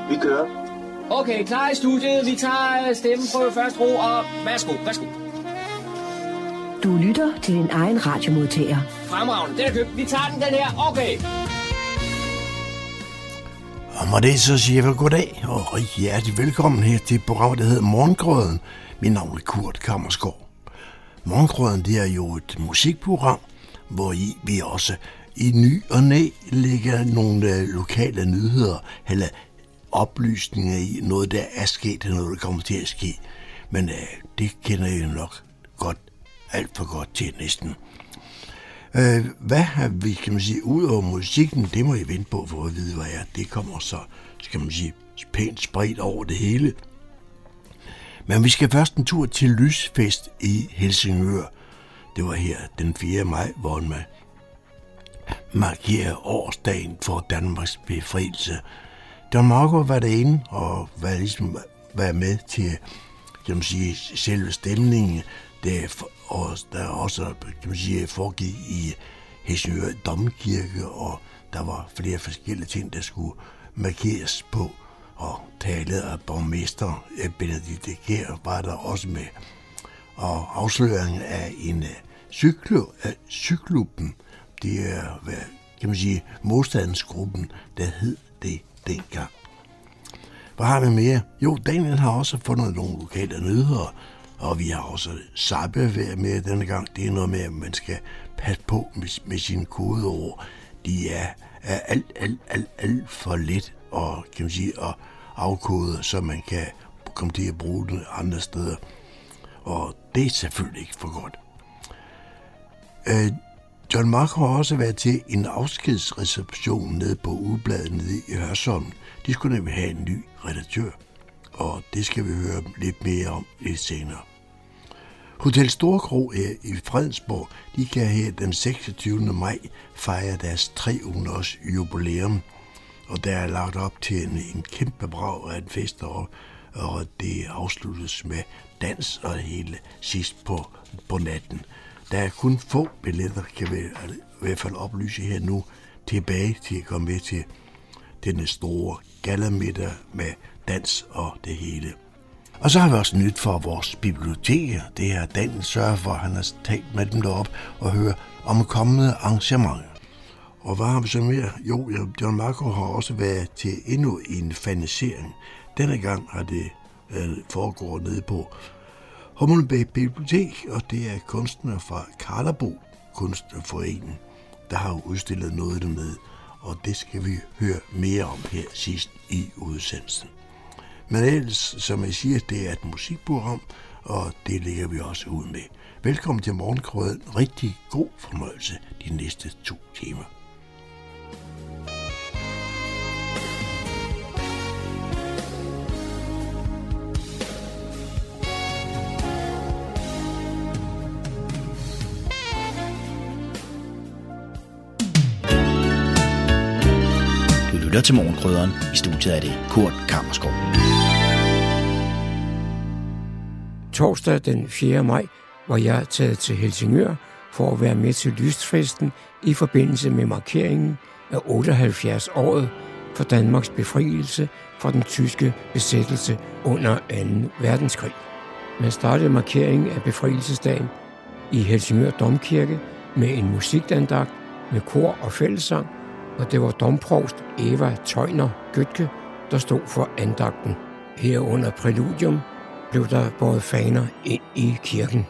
Vi kører. Okay, klar i studiet. Vi tager stemmeprøve først, ro, og værsgo. Du lytter til din egen radiomodtager. Fremragende, den er købt. Vi tager den her. Okay. Og med det så siger jeg goddag, og rigtig hjertelig velkommen her til programmet, der hedder Morgengrøden. Mit navn er Kurt Kammersgaard. Morgengrøden, det er jo et musikprogram, hvor vi også i ny og næ lægger nogle lokale nyheder, eller oplysninger i noget, der er sket, eller noget, der kommer til at ske. Men det kender jeg nok godt, alt for godt til næsten. Hvad har vi, kan man sige, ud over musikken, det må jeg vente på, for at vide, hvad det kommer så, skal man sige, pænt spredt over det hele. Men vi skal først en tur til Lysfest i Helsingør. Det var her den 4. maj, hvor man markerer årsdagen for Danmarks befrielse. Don Marco var derinde og var med til, kan man sige, selve stemningen, der også, kan man sige, foregik i Helsingør Domkirke, og der var flere forskellige ting, der skulle markeres på, og talet af borgmester Benedikte Kjær var der også med, og afsløringen af en cykluben, det er, kan man sige, modstandsgruppen, der hed det dengang. Hvad har vi mere? Jo, Daniel har også fundet nogle lokale nyheder, og vi har også Sappe med denne gang. Det er noget med, at man skal passe på med sine kodeord. De er alt for let og, kan man sige, at afkode, så man kan komme til at bruge det andre steder. Og det er selvfølgelig ikke for godt. John Marco har også været til en afskedsreception nede på Ugebladet nede i Hørsholm. De skulle nemlig have en ny redaktør, og det skal vi høre lidt mere om lidt senere. Hotel Storkro her i Fredensborg, de kan her den 26. maj fejre deres 300 års jubilæum, og der er lagt op til en kæmpe brag af en fest, og det afsluttes med dans og det hele sidst på natten. Der er kun få billetter, kan vi i hvert fald oplyse her nu, tilbage til at komme med til denne store gallamiddag med dans og det hele. Og så har vi også nyt for vores biblioteker. Det er Daniel sørger for, at han har talt med dem deroppe og hører om kommende arrangementer. Og hvad har vi så mere? Jo, John Marco har også været til endnu en fanisering. Denne gang har det foregået nede på Hummelbæk Bibliotek, og det er kunstnere fra Karlebo Kunstforening, der har udstillet noget dernede, og det skal vi høre mere om her sidst i udsendelsen. Men ellers, som jeg siger, det er et musikprogram, og det lægger vi også ud med. Velkommen til Morgengrøden. Rigtig god fornøjelse de næste 2 timer. Lytter til Morgenkrydderen. I studiet er det Kurt Kammersgaard. Torsdag den 4. maj var jeg taget til Helsingør for at være med til Lysfesten i forbindelse med markeringen af 78-året for Danmarks befrielse fra den tyske besættelse under 2. verdenskrig. Man startede markeringen af befrielsesdagen i Helsingør Domkirke med en musikandagt med kor og fællessang, og det var domprovst Eva Tøjner Gøtke, der stod for andagten. Her under præludium blev der båret faner ind i kirken.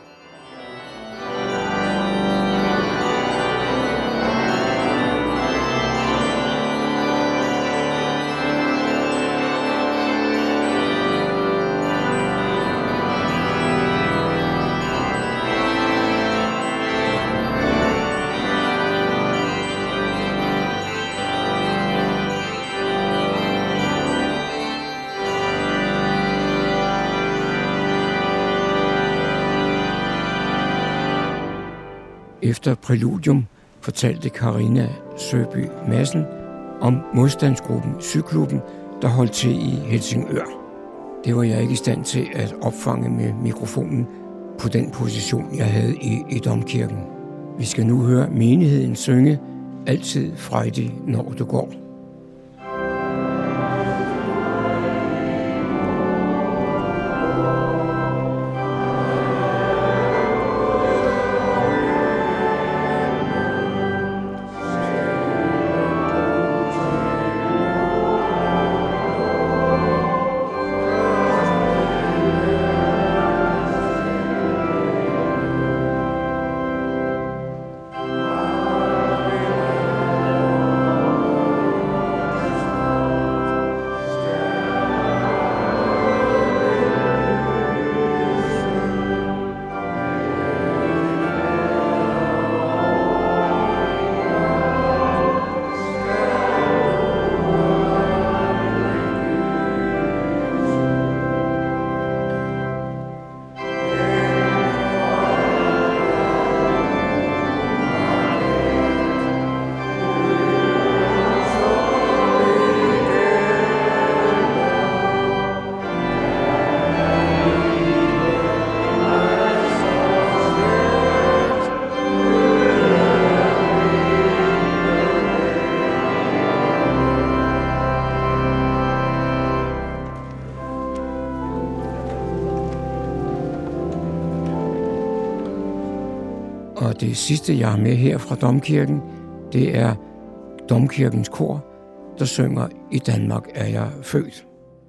Efter præludium fortalte Karina Søby Madsen om modstandsgruppen Cykluben, der holdt til i Helsingør. Det var jeg ikke i stand til at opfange med mikrofonen på den position, jeg havde i domkirken. Vi skal nu høre menigheden synge Altid frejdig, når du går. det sidste, jeg har med her fra Domkirken, det er Domkirkens kor, der synger "I Danmark er jeg født".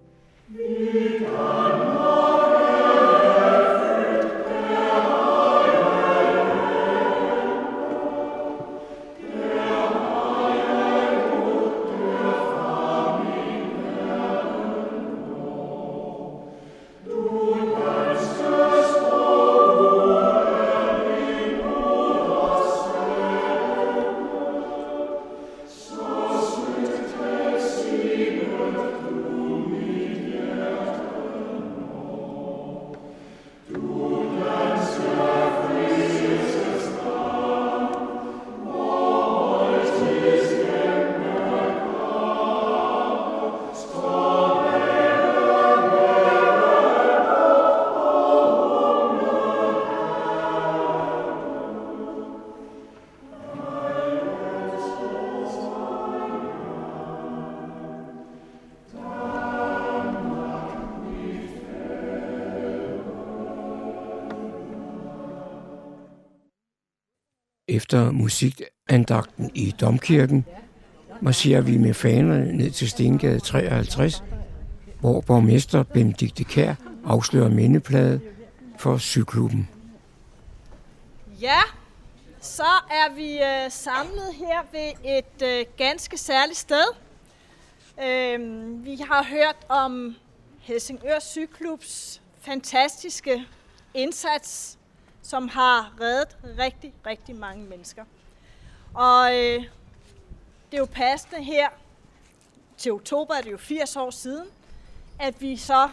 Efter musikandagten i Domkirken marcherer vi med fanerne ned til Stengade 53, hvor borgmester Benedikte Kjær afslører mindeplade for syklubben. Ja, så er vi samlet her ved et ganske særligt sted. Vi har hørt om Helsingør Cyklubs fantastiske indsats, som har reddet rigtig, rigtig mange mennesker. Og det er jo passende her, til oktober er det jo 80 år siden, at vi så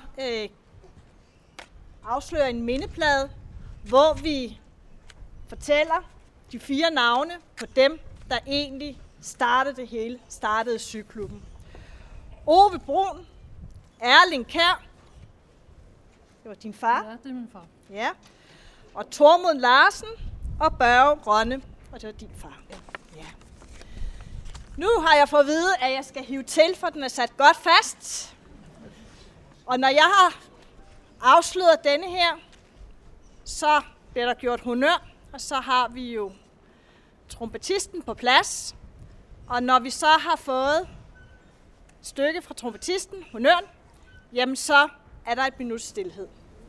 afslører en mindeplade, hvor vi fortæller de 4 navne på dem, der egentlig startede det hele, startede cyklubben. Ove Brun, Erling Kjær, det var din far. Ja, det er min far. Ja. Og Tormod Larsen og Børge Rønne, og det var din far. Ja. Nu har jeg fået at vide, at jeg skal hive til, for den er sat godt fast. Og når jeg har afsløret denne her, så bliver der gjort honør, og så har vi jo trompetisten på plads. Og når vi så har fået et stykke fra trompetisten, honøren, jamen så er der et minuts stilhed.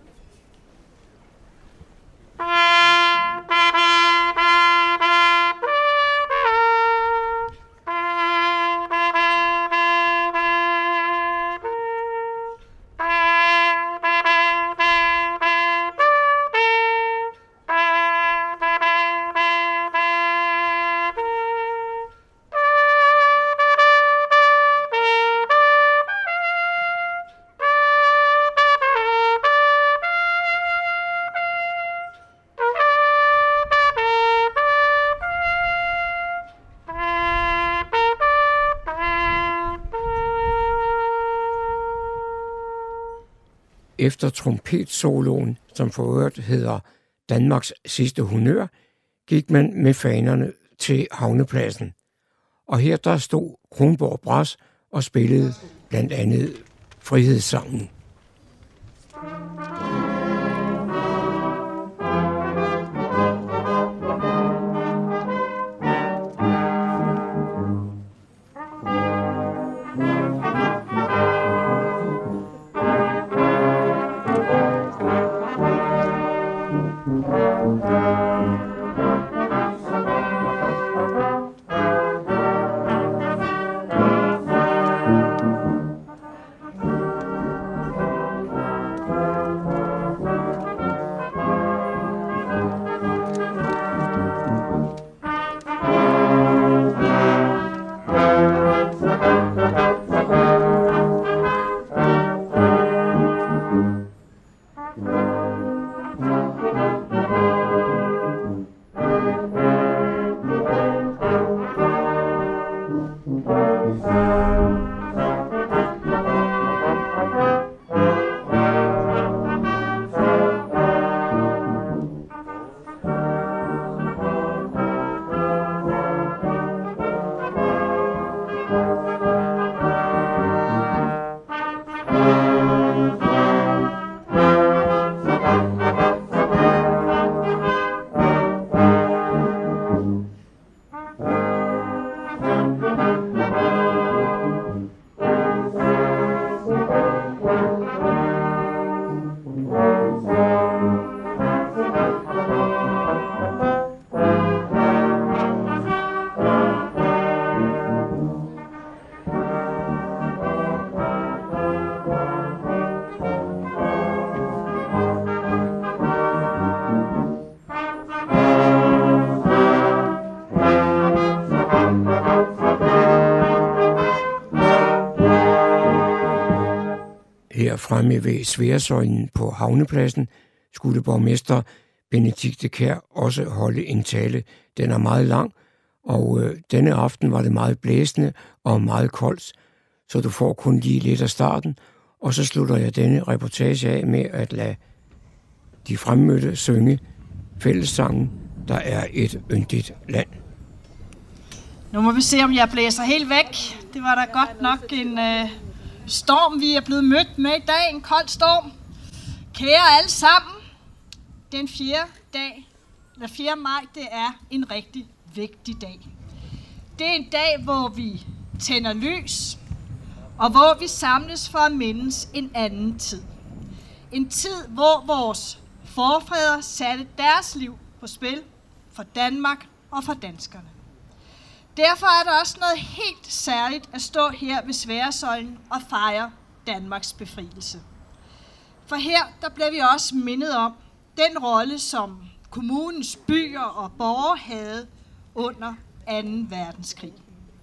Efter trompetsoloen, som for øvrigt hedder Danmarks sidste honør, gik man med fanerne til havnepladsen. Og her der stod Kronborg Brass og spillede blandt andet frihedssangen. her fremme ved Sværesøjlen på Havnepladsen skulle borgmester Benedikte Kjær også holde en tale. Den er meget lang, og denne aften var det meget blæsende og meget koldt, så du får kun lige lidt af starten, og så slutter jeg denne reportage af med at lade de fremmødte synge fællessangen, der er et yndigt land. Nu må vi se, om jeg blæser helt væk. Det var da godt nok en storm, vi er blevet mødt med i dag. En kold storm. Kære alle sammen, den 4. maj, det er en rigtig vigtig dag. Det er en dag, hvor vi tænder lys, og hvor vi samles for at mindes en anden tid. En tid, hvor vores forfædre satte deres liv på spil for Danmark og for danskerne. Derfor er der også noget helt særligt at stå her ved Sværesøjlen og fejre Danmarks befrielse. For her der bliver vi også mindet om den rolle, som kommunens byer og borgere havde under 2. verdenskrig.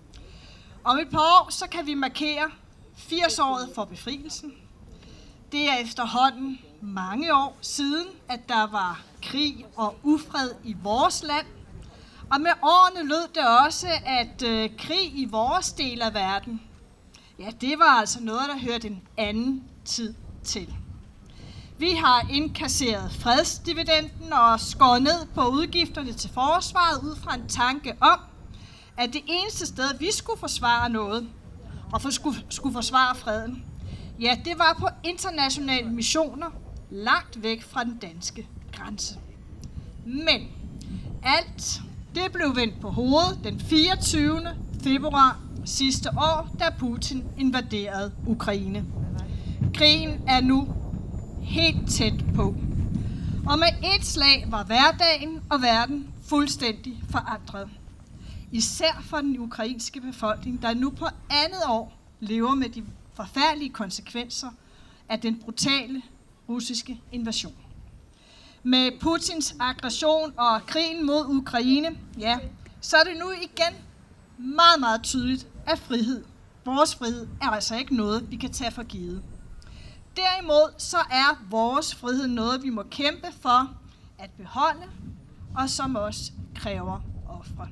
Om et par år så kan vi markere 80-året for befrielsen. Det er efterhånden mange år siden, at der var krig og ufred i vores land. Og med årene lød det også, at krig i vores del af verden, ja, det var altså noget, der hørte en anden tid til. Vi har indkasseret fredsdividenden og skåret ned på udgifterne til forsvaret ud fra en tanke om, at det eneste sted, vi skulle forsvare noget, og skulle forsvare freden, ja, det var på internationale missioner langt væk fra den danske grænse. Men alt det blev vendt på hovedet den 24. februar sidste år, da Putin invaderede Ukraine. Krigen er nu helt tæt på. Og med et slag var hverdagen og verden fuldstændig forandret. Især for den ukrainske befolkning, der nu på 2. år lever med de forfærdelige konsekvenser af den brutale russiske invasion. Med Putins aggression og krigen mod Ukraine, ja, så er det nu igen meget, meget tydeligt, at vores frihed er altså ikke noget, vi kan tage for givet. Derimod så er vores frihed noget, vi må kæmpe for at beholde, og som også kræver ofre.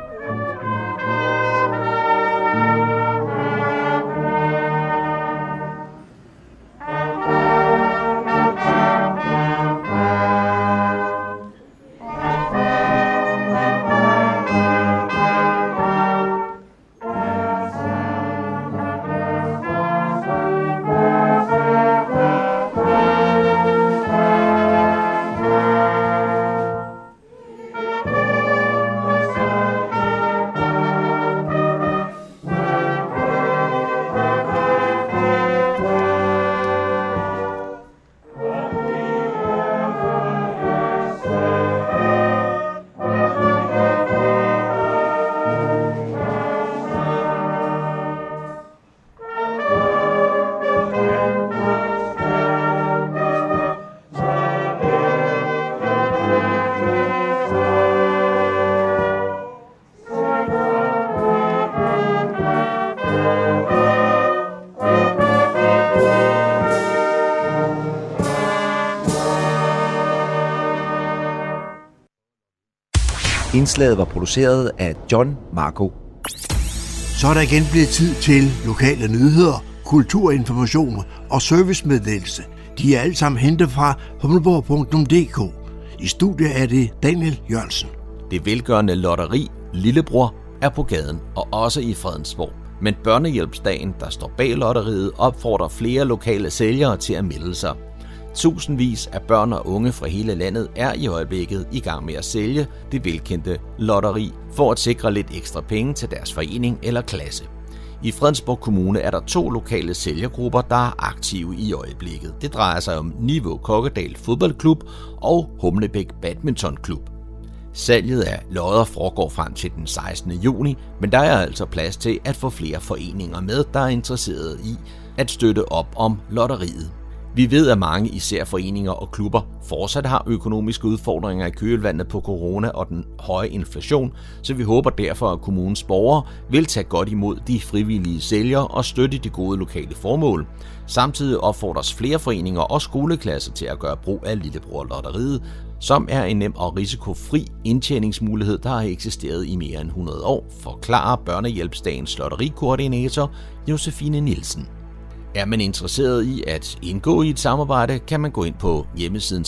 Indslaget var produceret af John Marco. Så er der igen blevet tid til lokale nyheder, kulturinformation og servicemeddelelse. De er alle sammen hentet fra humleborg.dk. I studiet er det Daniel Jørgensen. Det velgørende lotteri Lillebror er på gaden og også i Fredensborg. Men Børnehjælpsdagen, der står bag lotteriet, opfordrer flere lokale sælgere til at melde sig. Tusindvis af børn og unge fra hele landet er i øjeblikket i gang med at sælge det velkendte lotteri for at sikre lidt ekstra penge til deres forening eller klasse. I Fredensborg Kommune er der 2 lokale sælgergrupper, der er aktive i øjeblikket. Det drejer sig om Niveau Kokkedal Fodboldklub og Humlebæk Badmintonklub. Salget af lodder foregår frem til den 16. juni, men der er altså plads til at få flere foreninger med, der er interesserede i at støtte op om lotteriet. Vi ved, at mange, især foreninger og klubber, fortsat har økonomiske udfordringer i kølvandet på corona og den høje inflation, så vi håber derfor, at kommunens borgere vil tage godt imod de frivillige sælgere og støtte de gode lokale formål. Samtidig opfordres flere foreninger og skoleklasser til at gøre brug af Lillebror-lotteriet, som er en nem og risikofri indtjeningsmulighed, der har eksisteret i mere end 100 år, forklarer Børnehjælpsdagens lotterikoordinator Josefine Nielsen. Er man interesseret i at indgå i et samarbejde, kan man gå ind på hjemmesiden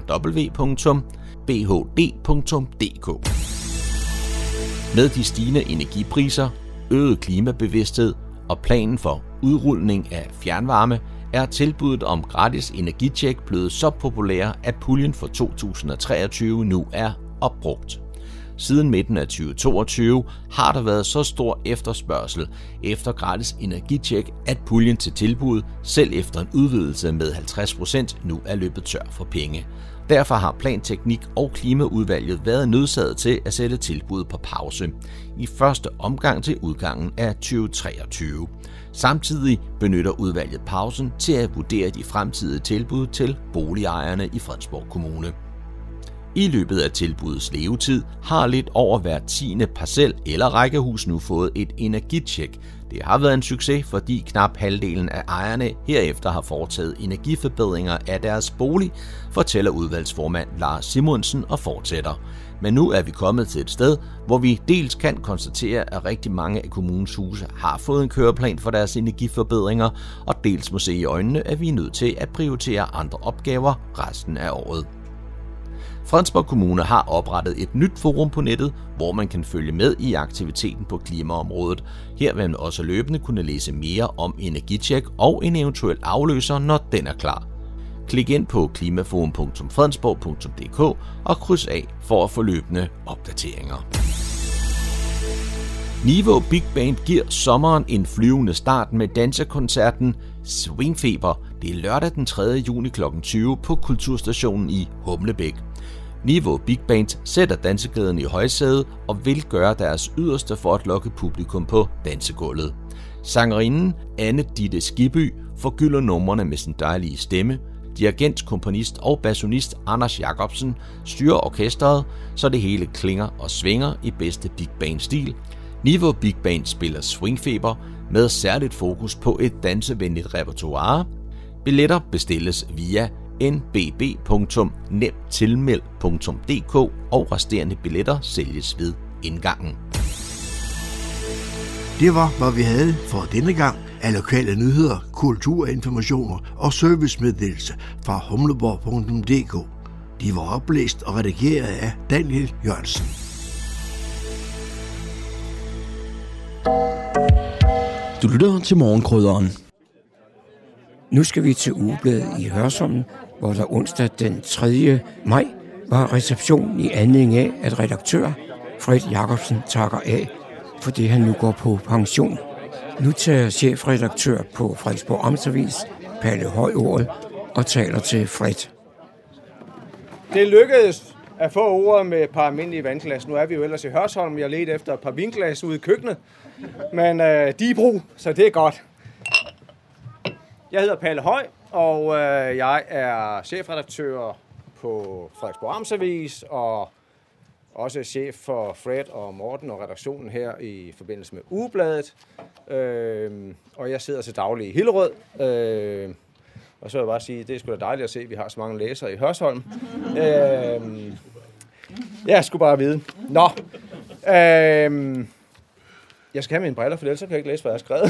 www.bhd.dk. Med de stigende energipriser, øget klimabevidsthed og planen for udrulning af fjernvarme, er tilbuddet om gratis energitjek blevet så populær, at puljen for 2023 nu er opbrugt. Siden midten af 2022 har der været så stor efterspørgsel efter gratis energitjek, at puljen til tilbud, selv efter en udvidelse med 50%, nu er løbet tør for penge. Derfor har Planteknik og Klimaudvalget været nødsaget til at sætte tilbuddet på pause, i første omgang til udgangen af 2023. Samtidig benytter udvalget pausen til at vurdere de fremtidige tilbud til boligejerne i Fredensborg Kommune. I løbet af tilbudets levetid har lidt over hver 10. parcel eller rækkehus nu fået et energitjek. Det har været en succes, fordi knap halvdelen af ejerne herefter har foretaget energiforbedringer af deres bolig, fortæller udvalgsformand Lars Simonsen og fortsætter. Men nu er vi kommet til et sted, hvor vi dels kan konstatere, at rigtig mange af kommunens huse har fået en køreplan for deres energiforbedringer, og dels må se i øjnene, at vi er nødt til at prioritere andre opgaver resten af året. Fredensborg Kommune har oprettet et nyt forum på nettet, hvor man kan følge med i aktiviteten på klimaområdet. Her vil man også løbende kunne læse mere om energitjek og en eventuel afløser, når den er klar. Klik ind på klimaforum.fredensborg.dk og kryds af for at få løbende opdateringer. Niveau Big Band giver sommeren en flyvende start med dansekoncerten Swingfeber. Det er lørdag den 3. juni kl. 20 på Kulturstationen i Humlebæk. Niveau Big Band sætter danseglæden i højsædet og vil gøre deres yderste for at lokke publikum på dansegulvet. Sangerinden Anne Ditte Skibby forgylder numrene med sin dejlige stemme. Dirigent, komponist og bassonist Anders Jacobsen styrer orkestret, så det hele klinger og svinger i bedste Big Band-stil. Niveau Big Band spiller Swingfeber med særligt fokus på et dansevenligt repertoire. Billetter bestilles via nbb.nemtilmeld.dk og resterende billetter sælges ved indgangen. Det var, hvad vi havde for denne gang af lokale nyheder, kulturinformationer og servicemeddelelse fra humleborg.dk. De var oplæst og redigeret af Daniel Jørgensen. Du lytter til Morgenkrydderen. Nu skal vi til ugebladet i Hørsholm, hvor der onsdag den 3. maj var reception i anledning af, at redaktør Fred Jacobsen takker af, fordi han nu går på pension. Nu tager chefredaktør på Fredensborg Amtsavis, Palle Høj, ordet og taler til Fred. Det lykkedes at få ordet med et par almindelige vandglas. Nu er vi jo ellers i Hørsholm. Jeg ledte efter et par vinglas ude i køkkenet. Men de er i brug, så det er godt. Jeg hedder Palle Høj, og jeg er chefredaktør på Fredensborg Amtsavis og også chef for Fred og Morten og redaktionen her i forbindelse med Ugebladet. Og jeg sidder til daglig i Hillerød. Og så vil jeg bare sige, det er sgu da dejligt at se, at vi har så mange læsere i Hørsholm. Jeg skulle bare vide. Nå. Jeg skal have mine briller, for ellers kan jeg ikke læse, hvad jeg har skrevet.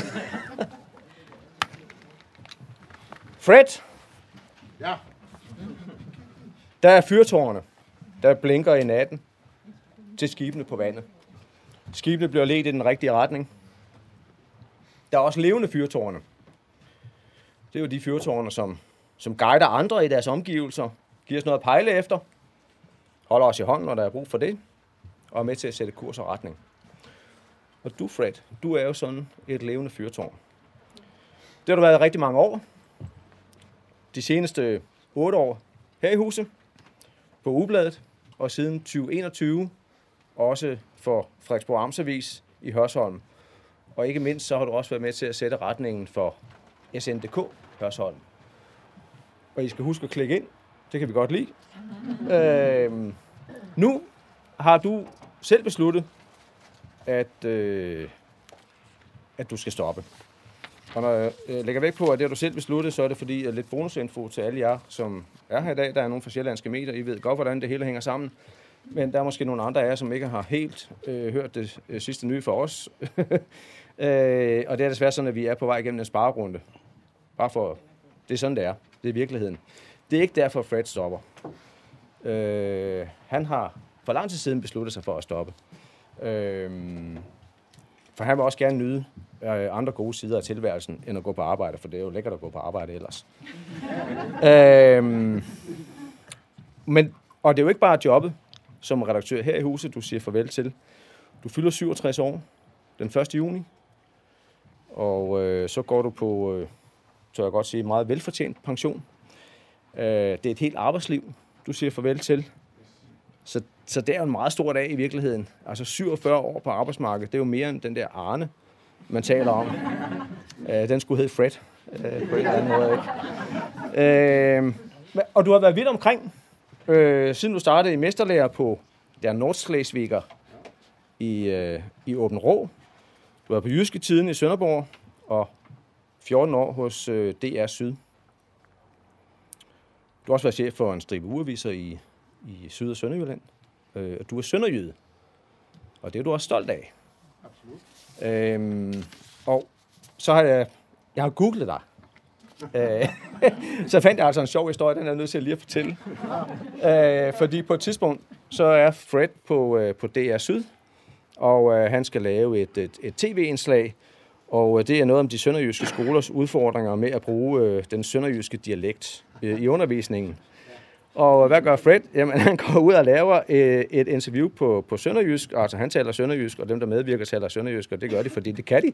Fred. Ja. Der er fyrtårne, der blinker i natten til skibene på vandet. Skibene bliver ledt i den rigtige retning. Der er også levende fyrtårne. Det er jo de fyrtårne, som guider andre i deres omgivelser, giver os noget at pejle efter, holder os i hånden, når der er brug for det, og er med til at sætte kurs og retning. Og du, Fred, du er jo sådan et levende fyrtårn. Det har du været rigtig mange år. De seneste 8 år her i huset, på Ugebladet, og siden 2021 også for Fredensborg Amtsavis i Hørsholm. Og ikke mindst så har du også været med til at sætte retningen for SNDK Hørsholm. og I skal huske at klikke ind. Det kan vi godt lide. Nu har du selv besluttet, at du skal stoppe. Og når jeg lægger vægt på, at det har du selv besluttet, så er det fordi, at lidt bonusinfo til alle jer, som er her i dag. Der er nogle fra sjællandske medier. I ved godt, hvordan det hele hænger sammen. Men der er måske nogle andre af jer, som ikke har helt hørt det sidste nye for os. Og det er desværre sådan, at vi er på vej igennem en sparerunde. Bare for, det er sådan, det er. Det er virkeligheden. Det er ikke derfor, Fred stopper. Han har for lang tid siden besluttet sig for at stoppe. For han vil også gerne nyde andre gode sider af tilværelsen, end at gå på arbejde, for det er jo lækkert at gå på arbejde ellers. Og det er jo ikke bare jobbet som redaktør her i huset, du siger farvel til. Du fylder 67 år den 1. juni, og så går du på, så jeg godt sige, meget velfortjent pension. Det er et helt arbejdsliv, du siger farvel til. Så det er jo en meget stor dag i virkeligheden. Altså 47 år på arbejdsmarkedet, det er jo mere end den der Arne, man taler om. Den skulle hedde Fred, på en eller anden måde, ikke? Og du har været vidt omkring, siden du startede i mesterlærer på der Nordslesviger i Åben Rå. Du har været på Jyske Tiden i Sønderborg, og 14 år hos DR Syd. Du har også været chef for en stribe ugeaviser i Syd- og Sønderjylland. Du er sønderjyde, og det er du også stolt af. Absolut. Og så har jeg har googlet dig. Så fandt jeg altså en sjov historie, den er jeg nødt til lige at fortælle. Fordi på et tidspunkt, så er Fred på DR Syd, og han skal lave et tv-indslag, og det er noget om de sønderjyske skolers udfordringer med at bruge den sønderjyske dialekt i undervisningen. Og hvad gør Fred? Jamen, han går ud og laver et interview på sønderjysk. Altså, han taler sønderjysk, og dem, der medvirker, taler sønderjysk, og det gør de, fordi det kan de.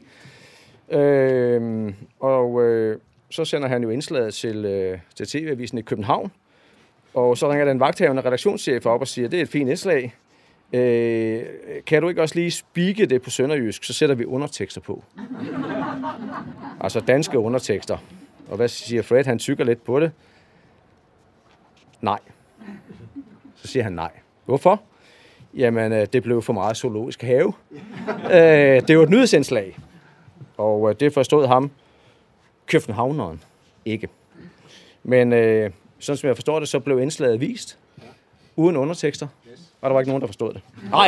Så sender han jo indslaget til TV-avisen i København. Og så ringer den vagthavende redaktionschef op og siger, det er et fint indslag. Kan du ikke også lige speake det på sønderjysk, så sætter vi undertekster på. Altså danske undertekster. Og hvad siger Fred? Han tykker lidt på det. Nej. Så siger han nej. Hvorfor? Jamen, det blev for meget zoologisk have. Det er jo et nyhedsindslag. Og det forstod ham, københavneren, ikke. Men sådan som jeg forstår det, så blev indslaget vist. Uden undertekster. Og der var ikke nogen, der forstod det. Nej.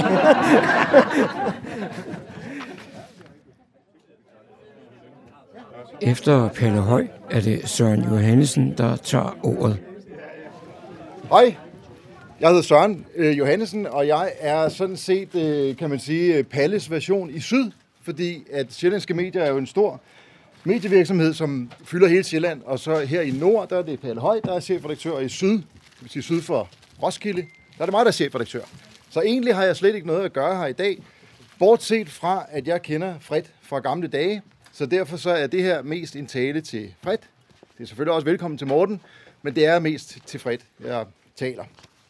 Efter Palle Høj er det Søren Johannesen, der tager ordet. Hej, jeg hedder Søren Johannesen, og jeg er sådan set, kan man sige, Palles version i syd, fordi at sjællandske medier er jo en stor medievirksomhed, som fylder hele Sjælland, og så her i nord, der er det Palle Høj, der er chefredaktør, og i syd, det vil sige syd for Roskilde, der er det mig, der er chefredaktør. Så egentlig har jeg slet ikke noget at gøre her i dag, bortset fra, at jeg kender Fred fra gamle dage, så derfor så er det her mest en tale til Fred. Det er selvfølgelig også velkommen til Morten, men det er mest til Fred, jeg taler.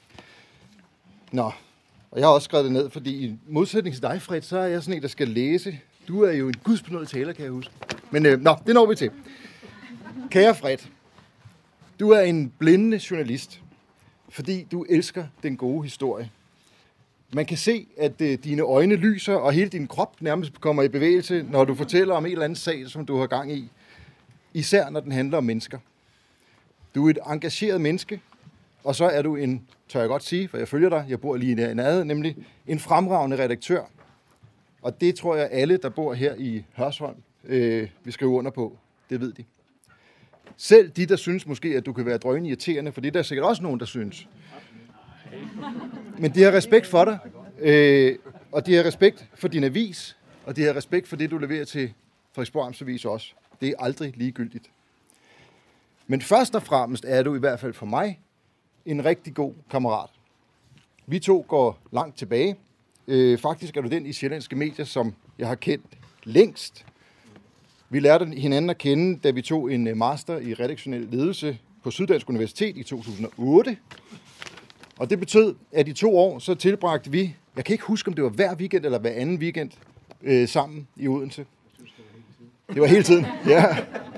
Nå, og jeg har også skrevet det ned, fordi i modsætning til dig, Fred, så er jeg sådan en, der skal læse. Du er jo en gudsbenådet taler, kan jeg huske. Men det når vi til. Kære Fred, du er en blændende journalist, fordi du elsker den gode historie. Man kan se, at dine øjne lyser, og hele din krop nærmest kommer i bevægelse, når du fortæller om en eller anden sag, som du har gang i. Især når den handler om mennesker. Du er et engageret menneske, og så er du en, tør jeg godt sige, for jeg følger dig, jeg bor lige der i nærheden, nemlig en fremragende redaktør. Og det tror jeg alle, der bor her i Hørsholm, vil skrive under på. Det ved de. Selv de, der synes måske, at du kan være drønende irriterende, for det er der sikkert også nogen, der synes. Men de har respekt for dig, og de har respekt for din avis, og de har respekt for det, du leverer til Frederiksborg Amtsavis også. Det er aldrig ligegyldigt. Men først og fremmest er du i hvert fald for mig en rigtig god kammerat. Vi to går langt tilbage. Faktisk er du den i sjællandske medier, som jeg har kendt længst. Vi lærte hinanden at kende, da vi tog en master i redaktionel ledelse på Syddansk Universitet i 2008. Og det betød, at i 2 år, så tilbragte vi, jeg kan ikke huske, om det var hver weekend eller hver anden weekend, sammen i Odense. Det var hele tiden, ja.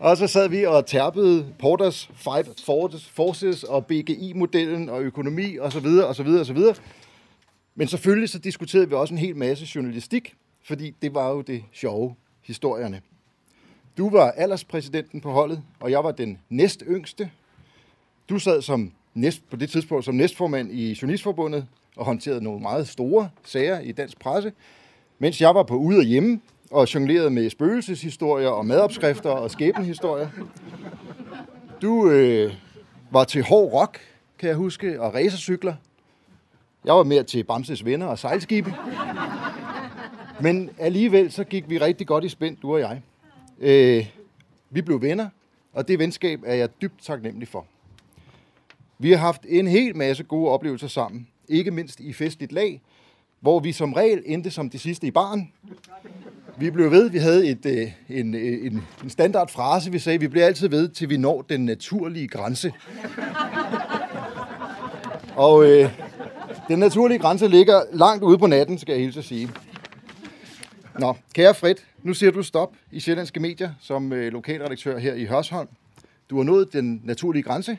Og så sad vi og terpede Porters Five Forces og BGI-modellen og økonomi osv. osv. Men selvfølgelig så diskuterede vi også en hel masse journalistik, fordi det var jo det sjove, historierne. Du var alderspræsidenten på holdet, og jeg var den næstyngste. Du sad på det tidspunkt som næstformand i Journalistforbundet og håndterede nogle meget store sager i dansk presse, mens jeg var på ude og hjemme og jonglerede med spøgelseshistorier og madopskrifter og skæbnehistorier. Du var til hård rock, kan jeg huske, og racercykler. Jeg var mere til Bamses Venner og sejlskibe. Men alligevel så gik vi rigtig godt i spænd, du og jeg. Vi blev venner, og det venskab er jeg dybt taknemmelig for. Vi har haft en hel masse gode oplevelser sammen, ikke mindst i festligt lag, hvor vi som regel endte som de sidste i baren. Vi blev ved, vi havde en standardfrase, vi sagde, vi bliver altid ved, til vi når den naturlige grænse. Og den naturlige grænse ligger langt ude på natten, skal jeg hilse at sige. Nå, kære Fred, nu siger du stop i Sjællandske Medier som lokalredaktør her i Hørsholm. Du har nået den naturlige grænse.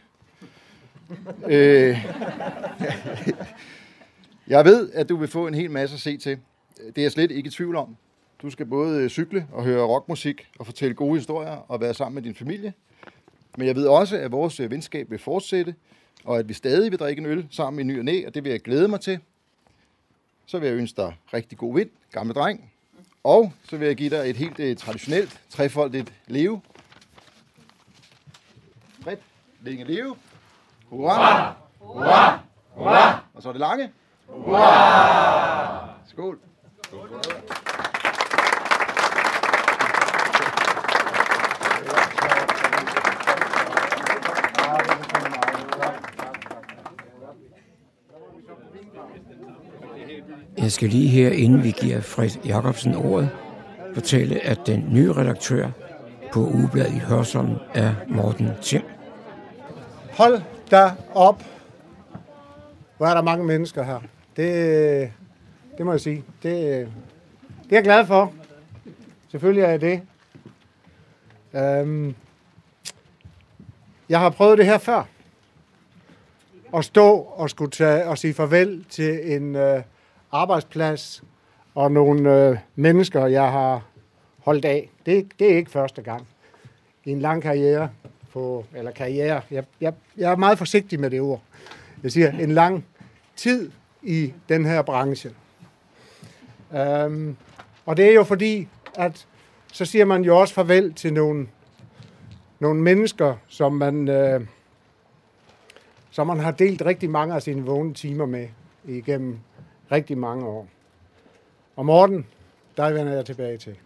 Jeg ved, at du vil få en hel masse at se til. Det er jeg slet ikke i tvivl om. Du skal både cykle og høre rockmusik og fortælle gode historier og være sammen med din familie. Men jeg ved også, at vores venskab vil fortsætte, og at vi stadig vil drikke en øl sammen i ny og næ, og det vil jeg glæde mig til. Så vil jeg ønske dig rigtig god vind, gamle dreng. Og så vil jeg give dig et helt traditionelt, trefoldigt leve. Fred, længe leve. Hurra! Hurra! Hurra! Og så er det lange. Hurra! Skål! Jeg skal lige her, inden vi giver Fred Jacobsen ordet, fortælle, at den nye redaktør på Ugebladet i Hørsholm er Morten Timm. Hold da op. Hvor er der mange mennesker her. Det må jeg sige. Det er jeg glad for. Selvfølgelig er jeg det. Jeg har prøvet det her før. At stå og skulle tage og sige farvel til en arbejdsplads og nogle mennesker, jeg har holdt af. Det er ikke første gang. I en lang karriere. Jeg er meget forsigtig med det ord. Jeg siger en lang tid i den her branche. Og det er jo fordi, at så siger man jo også farvel til nogle mennesker, som man har delt rigtig mange af sine vågne timer med igennem rigtig mange år. Og Morten, der vender jeg tilbage til.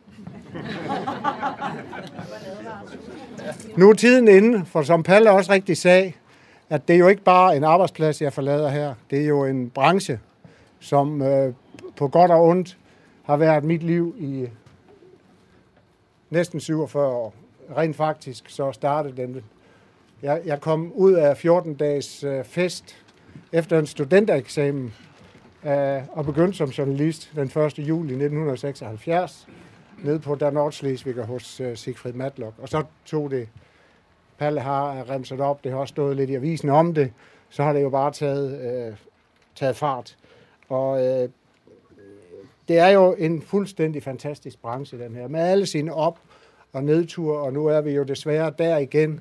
Nu er tiden inde, for som Palle også rigtig sagde, at det er jo ikke bare en arbejdsplads, jeg forlader her. Det er jo en branche, som på godt og ondt har været mit liv i næsten 47 år. Rent faktisk så startede den. Jeg kom ud af 14-dages fest efter en studentereksamen og begyndte som journalist den 1. juli 1976 nede på Der Nordschleswiger hos Siegfried Matlock. Og så tog det, Palle har remset op, det har også stået lidt i avisen om det, så har det jo bare taget fart. Og det er jo en fuldstændig fantastisk branche, den her, med alle sine op- og nedture, og nu er vi jo desværre der igen,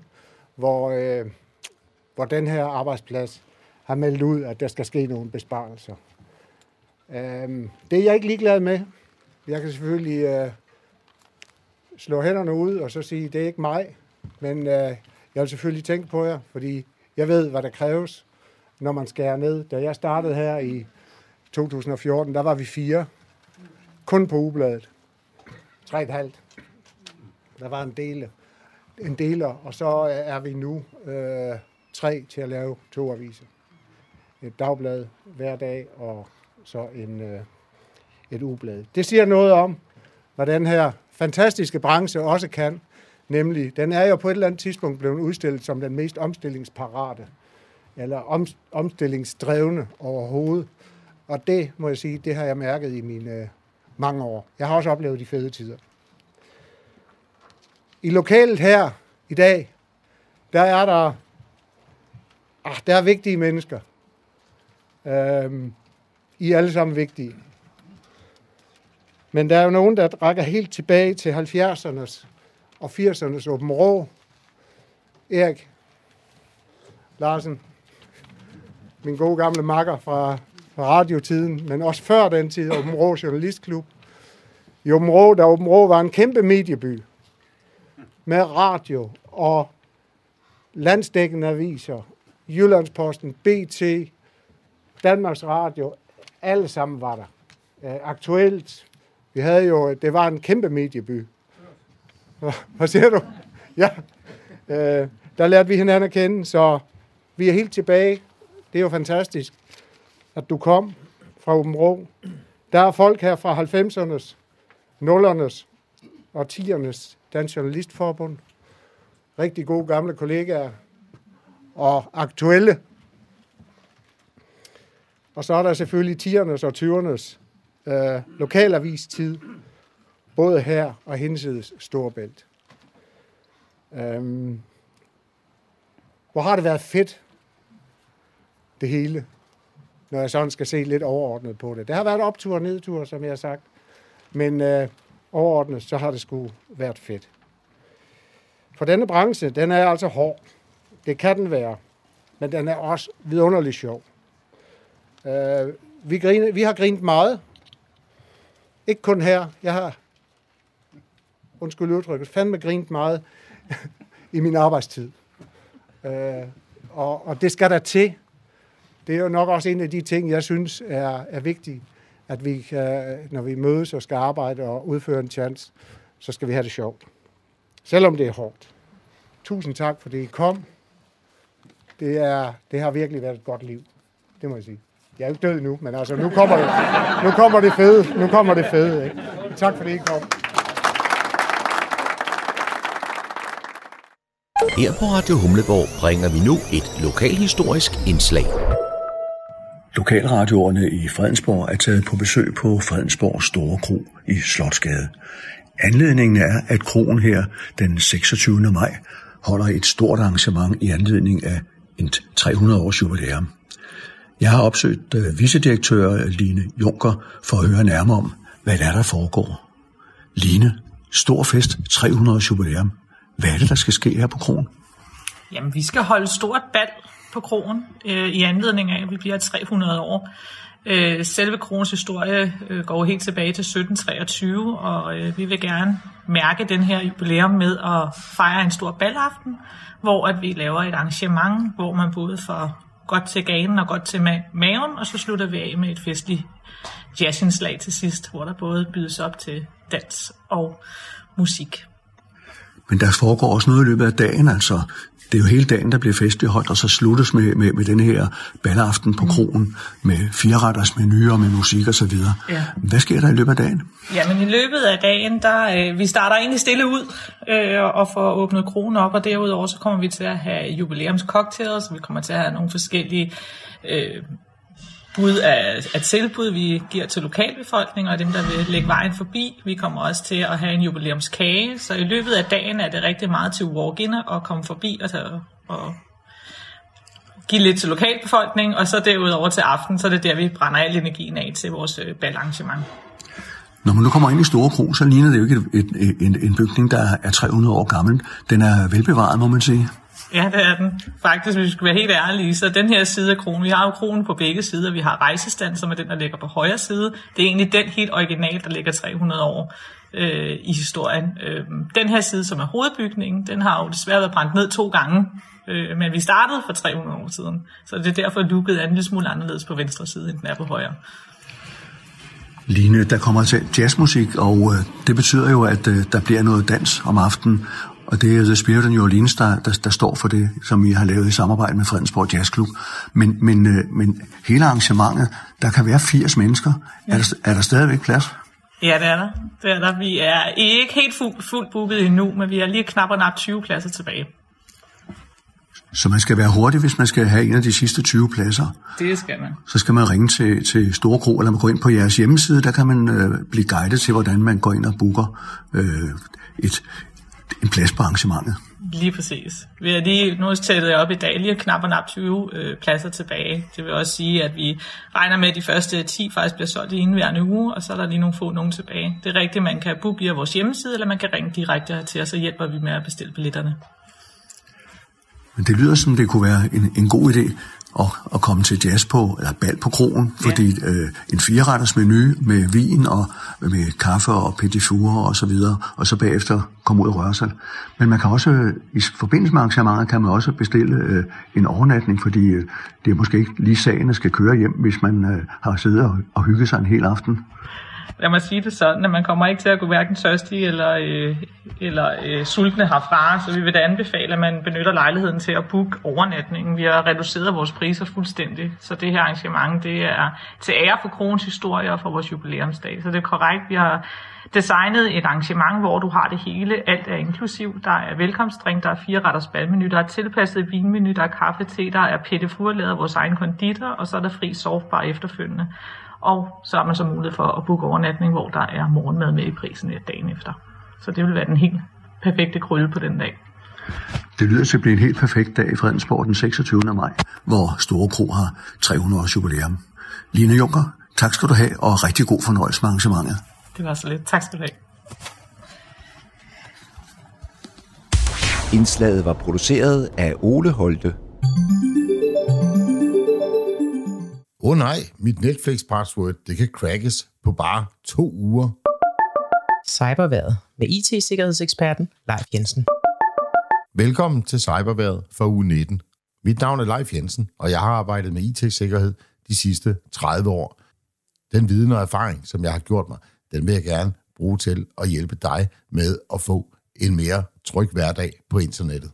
hvor den her arbejdsplads har meldt ud, at der skal ske nogle besparelser. Det er jeg ikke ligeglad med. Jeg kan selvfølgelig slå hænderne ud og så sige, det er ikke mig, men jeg vil selvfølgelig tænke på jer, fordi jeg ved, hvad der kræves, når man skærer ned. Da jeg startede her i 2014, der var vi 4, kun på Ugebladet. 3,5. Der var en deler, og så er vi nu 3 til at lave 2 aviser. Et dagblad hver dag, og så et ugeblad. Det siger noget om, hvad den her fantastiske branche også kan, nemlig, den er jo på et eller andet tidspunkt blevet udstillet som den mest omstillingsparate, eller omstillingsdrevne overhovedet. Og det, må jeg sige, det har jeg mærket i mine mange år. Jeg har også oplevet de fede tider. I lokalet her i dag, der er vigtige mennesker. I er alle sammen vigtige. Men der er jo nogen, der rækker helt tilbage til 70'ernes og 80'ernes Åben Rå. Erik Larsen, min gode gamle makker fra radiotiden, men også før den tid, Åben Rå Journalistklub. I Åben Rå, da Åben Rå var en kæmpe medieby med radio og landsdækkende aviser, Jyllandsposten, BT, Danmarks Radio, alle sammen var der. Aktuelt, vi havde jo, det var en kæmpe medieby. Hvad siger du? Ja, der lærte vi hinanden at kende, så vi er helt tilbage. Det er jo fantastisk, at du kom fra Åben Rå. Der er folk her fra 90'ernes, 0'ernes og 10'ernes Dansk Journalistforbund. Rigtig gode gamle kollegaer og aktuelle. Og så er der selvfølgelig 10'ernes og 20'ernes lokalavistid, både her og hinsides Storebælt. Hvor har det været fedt, det hele, når jeg sådan skal se lidt overordnet på det. Det har været optur og nedtur, som jeg har sagt, men overordnet, så har det sgu været fedt. For denne branche, den er altså hård. Det kan den være, men den er også vidunderligt sjov. Vi har grint meget. Ikke kun her. Jeg har, undskyld udtrykket, fandme grint meget i min arbejdstid. Og det skal der til. Det er jo nok også en af de ting, jeg synes er vigtige, at vi kan, når vi mødes og skal arbejde og udføre en chance, så skal vi have det sjovt. Selvom det er hårdt. Tusind tak, fordi I kom. Det har virkelig været et godt liv. Det må jeg sige. Jeg er jo ikke død nu, men altså, nu kommer det fede. Nu kommer det fede, ikke? Tak fordi I kom. Her på Radio Humleborg bringer vi nu et lokalhistorisk indslag. Lokalradioerne i Fredensborg er taget på besøg på Fredensborg Store Kro i Slotsgade. Anledningen er, at kroen her den 26. maj holder et stort arrangement i anledning af et 300-års jubilæum. Jeg har opsøgt vicedirektør Line Junker for at høre nærmere om, hvad der foregår. Line, stor fest, 300-års jubilæum. Hvad er det, der skal ske her på kroen? Jamen, vi skal holde stort bal på kroen i anledning af, at vi bliver 300 år. Selve kroens historie går helt tilbage til 1723, og vi vil gerne mærke den her jubilæum med at fejre en stor balaften, hvor at vi laver et arrangement, hvor man både får godt til ganen og godt til maven, og så slutter vi af med et festligt jazzindslag til sidst, hvor der både bydes op til dans og musik. Men der foregår også noget i løbet af dagen, altså. Det er jo hele dagen, der bliver festligholdt, og så sluttes med den her balleaften på kroen med 4-retters menuer og med musik og så videre. Ja. Hvad sker der i løbet af dagen? Jamen i løbet af dagen, vi starter egentlig stille ud og får åbnet kroen op, og derudover så kommer vi til at have jubilæumscocktails, vi kommer til at have nogle forskellige bud af tilbud, vi giver til lokalbefolkningen og dem, der vil lægge vejen forbi. Vi kommer også til at have en jubilæumskage, så i løbet af dagen er det rigtig meget til walk-in og komme forbi og give lidt til lokalbefolkningen, og så derudover til aften, så er det der, vi brænder al energien af til vores balarrangement. Når man nu kommer ind i Store Kro, så ligner det jo ikke en bygning, der er 300 år gammel. Den er velbevaret, må man sige. Ja, det er den. Faktisk, hvis vi skal være helt ærlige, så den her side af kronen, vi har jo kronen på begge sider. Vi har rejsestand, som er den, der ligger på højre side. Det er egentlig den helt original, der ligger 300 år i historien. Den her side, som er hovedbygningen, den har jo desværre været brændt ned 2 gange. Men vi startede for 300 år siden. Så det er derfor looket er en lille smule anderledes på venstre side, end den er på højre. Line, der kommer til jazzmusik, og det betyder jo, at der bliver noget dans om aftenen. Og det er The Spirit of New Orleans, der står for det, som vi har lavet i samarbejde med Fredensborg Jazzklub. Men hele arrangementet, der kan være 80 mennesker. Ja. Er der stadigvæk plads? Ja, det er der. Vi er ikke helt fuldt booket endnu, men vi har lige knap 20 pladser tilbage. Så man skal være hurtig, hvis man skal have en af de sidste 20 pladser. Det skal man. Så skal man ringe til Store Kro, eller man går ind på jeres hjemmeside. Der kan man blive guidet til, hvordan man går ind og booker en plads på arrangementet. Lige præcis. Vi har nu tættet op i dag, lige knap og nap 20 pladser tilbage. Det vil også sige, at vi regner med, at de første 10 faktisk bliver solgt i indeværende uge, og så er der lige nogle tilbage. Det er rigtigt, man kan booke via vores hjemmeside, eller man kan ringe direkte hertil, og så hjælper vi med at bestille billetterne. Men det lyder som, det kunne være en god idé at komme til jazz på, eller bal på kroen, fordi en 4-retters menu med vin og med kaffe og petit four og så videre, og så bagefter komme ud og røre sig. Men man kan også, i forbindelse med arrangementet, kan man også bestille en overnatning, fordi det er måske ikke lige sagen, at skal køre hjem, hvis man har siddet og hygget sig en hel aften. Lad mig sige det sådan, at man kommer ikke til at gå hverken tørstig eller sultne herfra, så vi vil da anbefale, at man benytter lejligheden til at booke overnatningen. Vi har reduceret vores priser fuldstændig, så det her arrangement, det er til ære for Kroens historie og for vores jubilæumsdag. Så det er korrekt, vi har designet et arrangement, hvor du har det hele. Alt er inklusiv. Der er velkomstdrink, der er 4-retters balmenu, der er tilpasset vinmenu, der er kaffe, te, der er petit four lavet af vores egen konditor, og så er der fri softbar efterfølgende. Og så har man så mulighed for at booke overnatning, hvor der er morgenmad med i prisen dagen efter. Så det vil være den helt perfekte krølle på den dag. Det lyder til at blive en helt perfekt dag i Fredensborg den 26. maj, hvor Store Kro har 300 års jubilæum. Line Junker, tak skal du have, og rigtig god fornøjelse med arrangementet. Det var så lidt. Tak skal du have. Indslaget var produceret af Ole Holte. Nej, mit Netflix-password, det kan crackes på bare 2 uger. Cyberværet med IT-sikkerhedseksperten Leif Jensen. Velkommen til Cyberværet for uge 19. Mit navn er Leif Jensen, og jeg har arbejdet med IT-sikkerhed de sidste 30 år. Den viden og erfaring, som jeg har gjort mig, den vil jeg gerne bruge til at hjælpe dig med at få en mere tryg hverdag på internettet.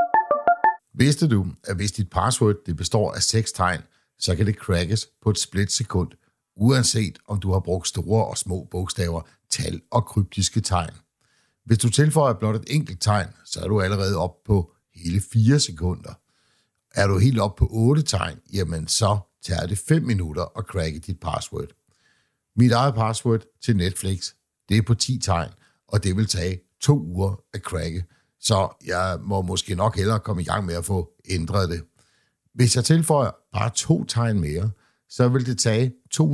Vidste du, at hvis dit password det består af 6 tegn, så kan det crackes på et splitsekund, uanset om du har brugt store og små bogstaver, tal og kryptiske tegn. Hvis du tilføjer blot et enkelt tegn, så er du allerede oppe på hele 4 sekunder. Er du helt oppe på 8 tegn, jamen så tager det 5 minutter at cracke dit password. Mit eget password til Netflix, det er på 10 tegn, og det vil tage 2 uger at cracke, så jeg må måske nok hellere komme i gang med at få ændret det. Hvis jeg tilføjer bare 2 tegn mere, så vil det tage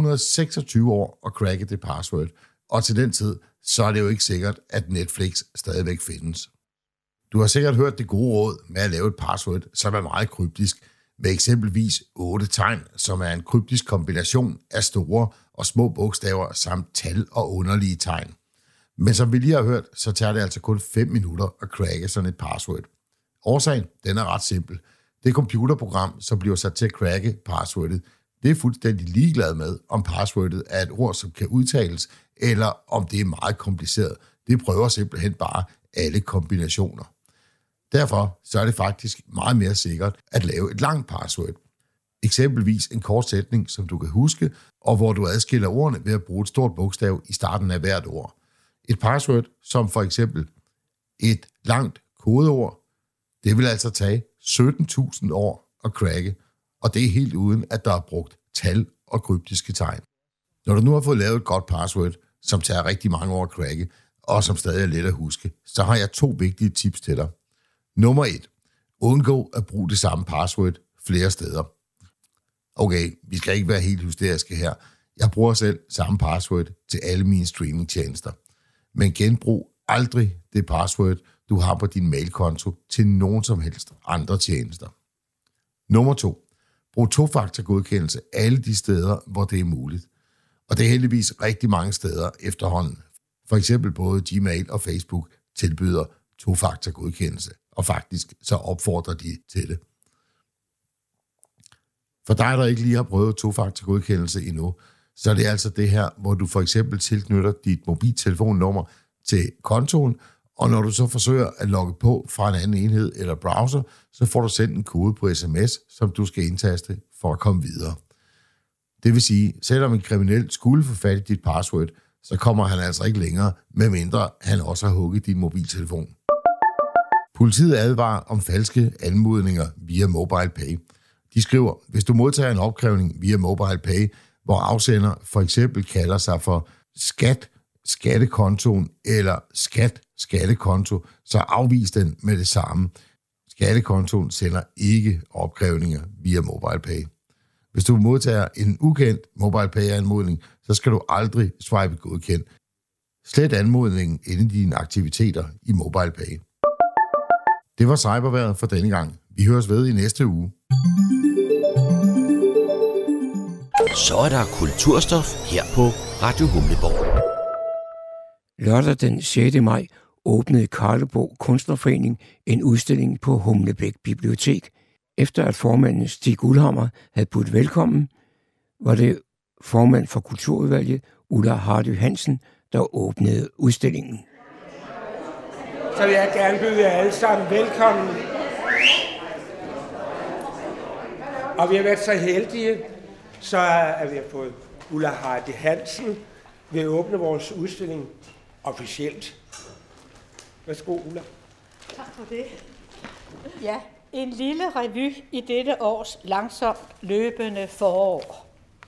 226 år at cracke det password, og til den tid, så er det jo ikke sikkert, at Netflix stadigvæk findes. Du har sikkert hørt det gode råd med at lave et password, som er meget kryptisk, med eksempelvis 8 tegn, som er en kryptisk kombination af store og små bogstaver samt tal og underlige tegn. Men som vi lige har hørt, så tager det altså kun 5 minutter at cracke sådan et password. Årsagen, den er ret simpel. Det computerprogram, som bliver sat til at cracke passwordet, det er fuldstændig ligeglad med, om passwordet er et ord, som kan udtales, eller om det er meget kompliceret. Det prøver simpelthen bare alle kombinationer. Derfor så er det faktisk meget mere sikkert at lave et langt password. Eksempelvis en kort sætning, som du kan huske, og hvor du adskiller ordene ved at bruge et stort bogstav i starten af hvert ord. Et password, som for eksempel et langt kodeord, det vil altså tage 17.000 år at cracke, og det er helt uden, at der er brugt tal og kryptiske tegn. Når du nu har fået lavet et godt password, som tager rigtig mange år at cracke, og som stadig er let at huske, så har jeg 2 vigtige tips til dig. Nummer 1. Undgå at bruge det samme password flere steder. Okay, vi skal ikke være helt hysteriske her. Jeg bruger selv samme password til alle mine streamingtjenester. Men genbrug aldrig det password, du har på din mailkonto til nogen som helst andre tjenester. Nummer 2. Brug 2-faktor-godkendelse alle de steder, hvor det er muligt. Og det er heldigvis rigtig mange steder efterhånden. For eksempel både Gmail og Facebook tilbyder 2-faktor-godkendelse, og faktisk så opfordrer de til det. For dig, der ikke lige har prøvet 2-faktor-godkendelse endnu, så er det altså det her, hvor du for eksempel tilknytter dit mobiltelefonnummer til kontoen, og når du så forsøger at logge på fra en anden enhed eller browser, så får du sendt en kode på sms, som du skal indtaste for at komme videre. Det vil sige, selvom en kriminel skulle få fat i dit password, så kommer han altså ikke længere, medmindre han også har hugget din mobiltelefon. Politiet advarer om falske anmodninger via MobilePay. De skriver, hvis du modtager en opkrævning via MobilePay, hvor afsender for eksempel kalder sig for skat skattekontoen eller skattekonto, så afvis den med det samme. Skattekontoen sender ikke opkrævninger via MobilePay. Hvis du modtager en ukendt MobilePay-anmodning, så skal du aldrig swipe godkendt. Slet anmodningen inden dine aktiviteter i MobilePay. Det var cyberværet for denne gang. Vi høres ved i næste uge. Så er der kulturstof her på Radio Humleborg. Lørdag den 6. maj åbnede Karlebo Kunstnerforening en udstilling på Humlebæk Bibliotek. Efter at formanden Stig Guldhammer havde budt velkommen, var det formand for Kulturudvalget, Ulla Hardy Hansen, der åbnede udstillingen. Så vil jeg gerne byde jer alle sammen velkommen. Og vi har været så heldige, så at vi har fået Ulla Hardy Hansen ved at åbne vores udstilling officielt. Værsgo, Ulla. Tak for det. Ja, en lille revy i dette års langsomt løbende forår.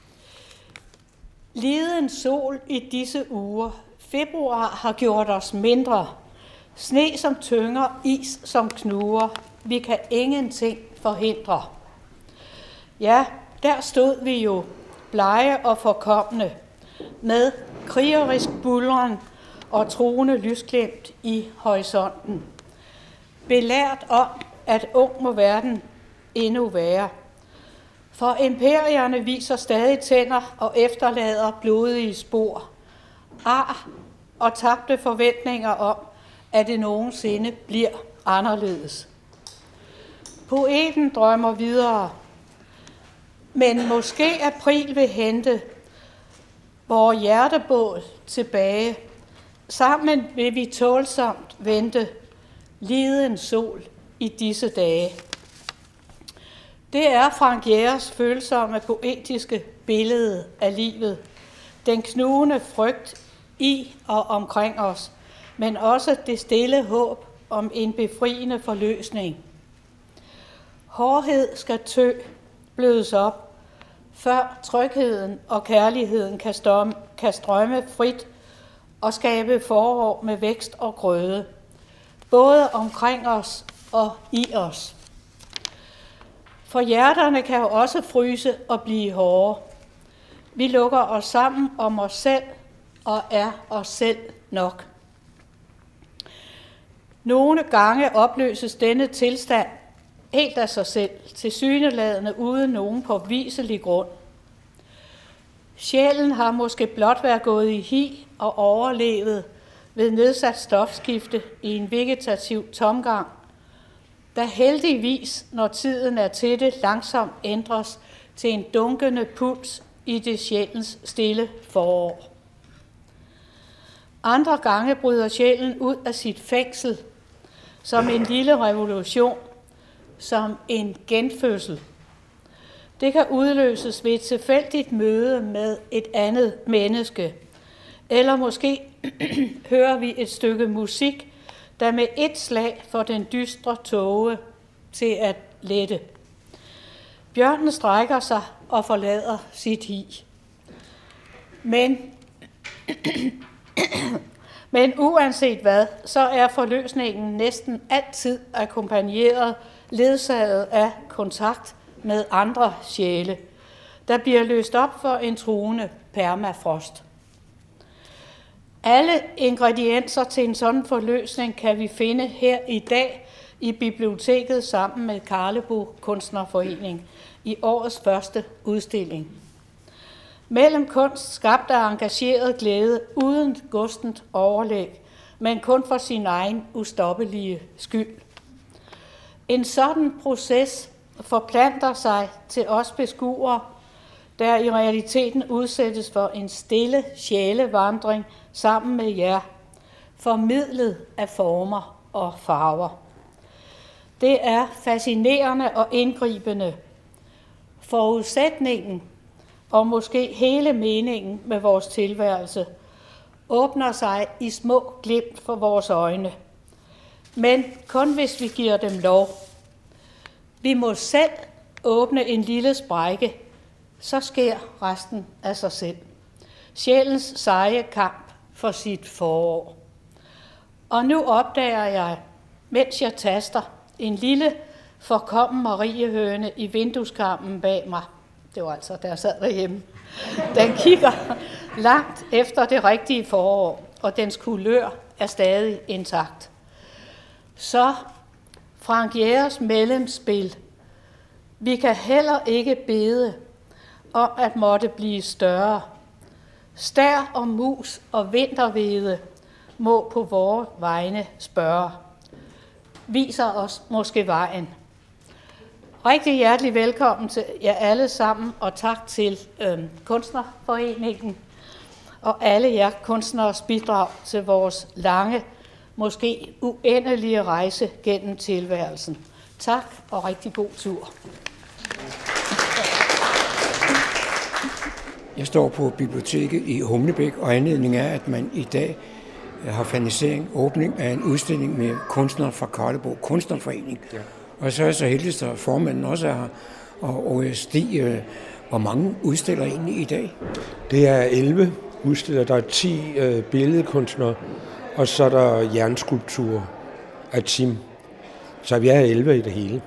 Liden sol i disse uger. Februar har gjort os mindre. Sne som tynger, is som knuger. Vi kan ingenting forhindre. Ja, der stod vi jo, blege og forkomne, med krigerisk buldren og truende lysglimt i horisonten. Belært om, at ung må verden endnu være. For imperierne viser stadig tænder og efterlader blodige spor. Ar og tabte forventninger om, at det nogensinde bliver anderledes. Poeten drømmer videre, men måske april vil hente vores hjertebåd tilbage. Sammen vil vi tålsomt vente liden sol i disse dage. Det er Frank Jægers følsomme poetiske billede af livet. Den knugende frygt i og omkring os, men også det stille håb om en befriende forløsning. Hårdhed skal blødes op, før trygheden og kærligheden kan strømme frit og skabe forår med vækst og grøde, både omkring os og i os. For hjerterne kan jo også fryse og blive hårde. Vi lukker os sammen om os selv og er os selv nok. Nogle gange opløses denne tilstand helt af sig selv, tilsyneladende uden nogen påviselig grund. Sjælen har måske blot været gået i hi og overlevet ved nedsat stofskifte i en vegetativ tomgang, der heldigvis, når tiden er til det, langsomt ændres til en dunkende puls i det sjælens stille forår. Andre gange bryder sjælen ud af sit fængsel som en lille revolution, som en genfødsel. Det kan udløses ved et tilfældigt møde med et andet menneske, eller måske hører vi et stykke musik, der med et slag får den dystre tåge til at lette. Bjørnen strækker sig og forlader sit hi. Men uanset hvad, så er forløsningen næsten altid akkompagneret, ledsaget af kontakt med andre sjæle, der bliver løst op for en truende permafrost. Alle ingredienser til en sådan forløsning kan vi finde her i dag i biblioteket sammen med Karlebo Kunstnerforening i årets første udstilling. Mellem kunst skabt af engageret glæde uden gustent overlæg, men kun for sin egen ustoppelige skyld. En sådan proces forplanter sig til os beskuere, der i realiteten udsættes for en stille sjælevandring sammen med jer, formidlet af former og farver. Det er fascinerende og indgribende. Forudsætningen og måske hele meningen med vores tilværelse åbner sig i små glimt for vores øjne. Men kun hvis vi giver dem lov. Vi må selv åbne en lille sprække, så sker resten af sig selv. Sjælens seje kamp for sit forår. Og nu opdager jeg, mens jeg taster, en lille forkommen mariehøne i vindueskarmen bag mig. Det var altså, da jeg sad derhjemme. Den kigger langt efter det rigtige forår, og dens kulør er stadig intakt. Så Frank Jægers mellemspil. Vi kan heller ikke bede om at måtte blive større. Stær og mus og vintervede må på vores vegne spørge. Viser os måske vejen. Rigtig hjertelig velkommen til jer alle sammen, og tak til Kunstnerforeningen og alle jer kunstneres bidrag til vores lange, måske uendelige rejse gennem tilværelsen. Tak og rigtig god tur. Jeg står på biblioteket i Humlebæk, og anledningen er, at man i dag har fanisering, åbning af en udstilling med kunstnere fra Karlebo Kunstnerforening. Ja. Og så er jeg så heldig, at formanden også er her. Og Stig, hvor mange udstiller egentlig i dag? Det er 11 udstillere. Der er 10 billedkunstnere, og så er der jernskulpturer af Tim. Så vi er 11 i det hele.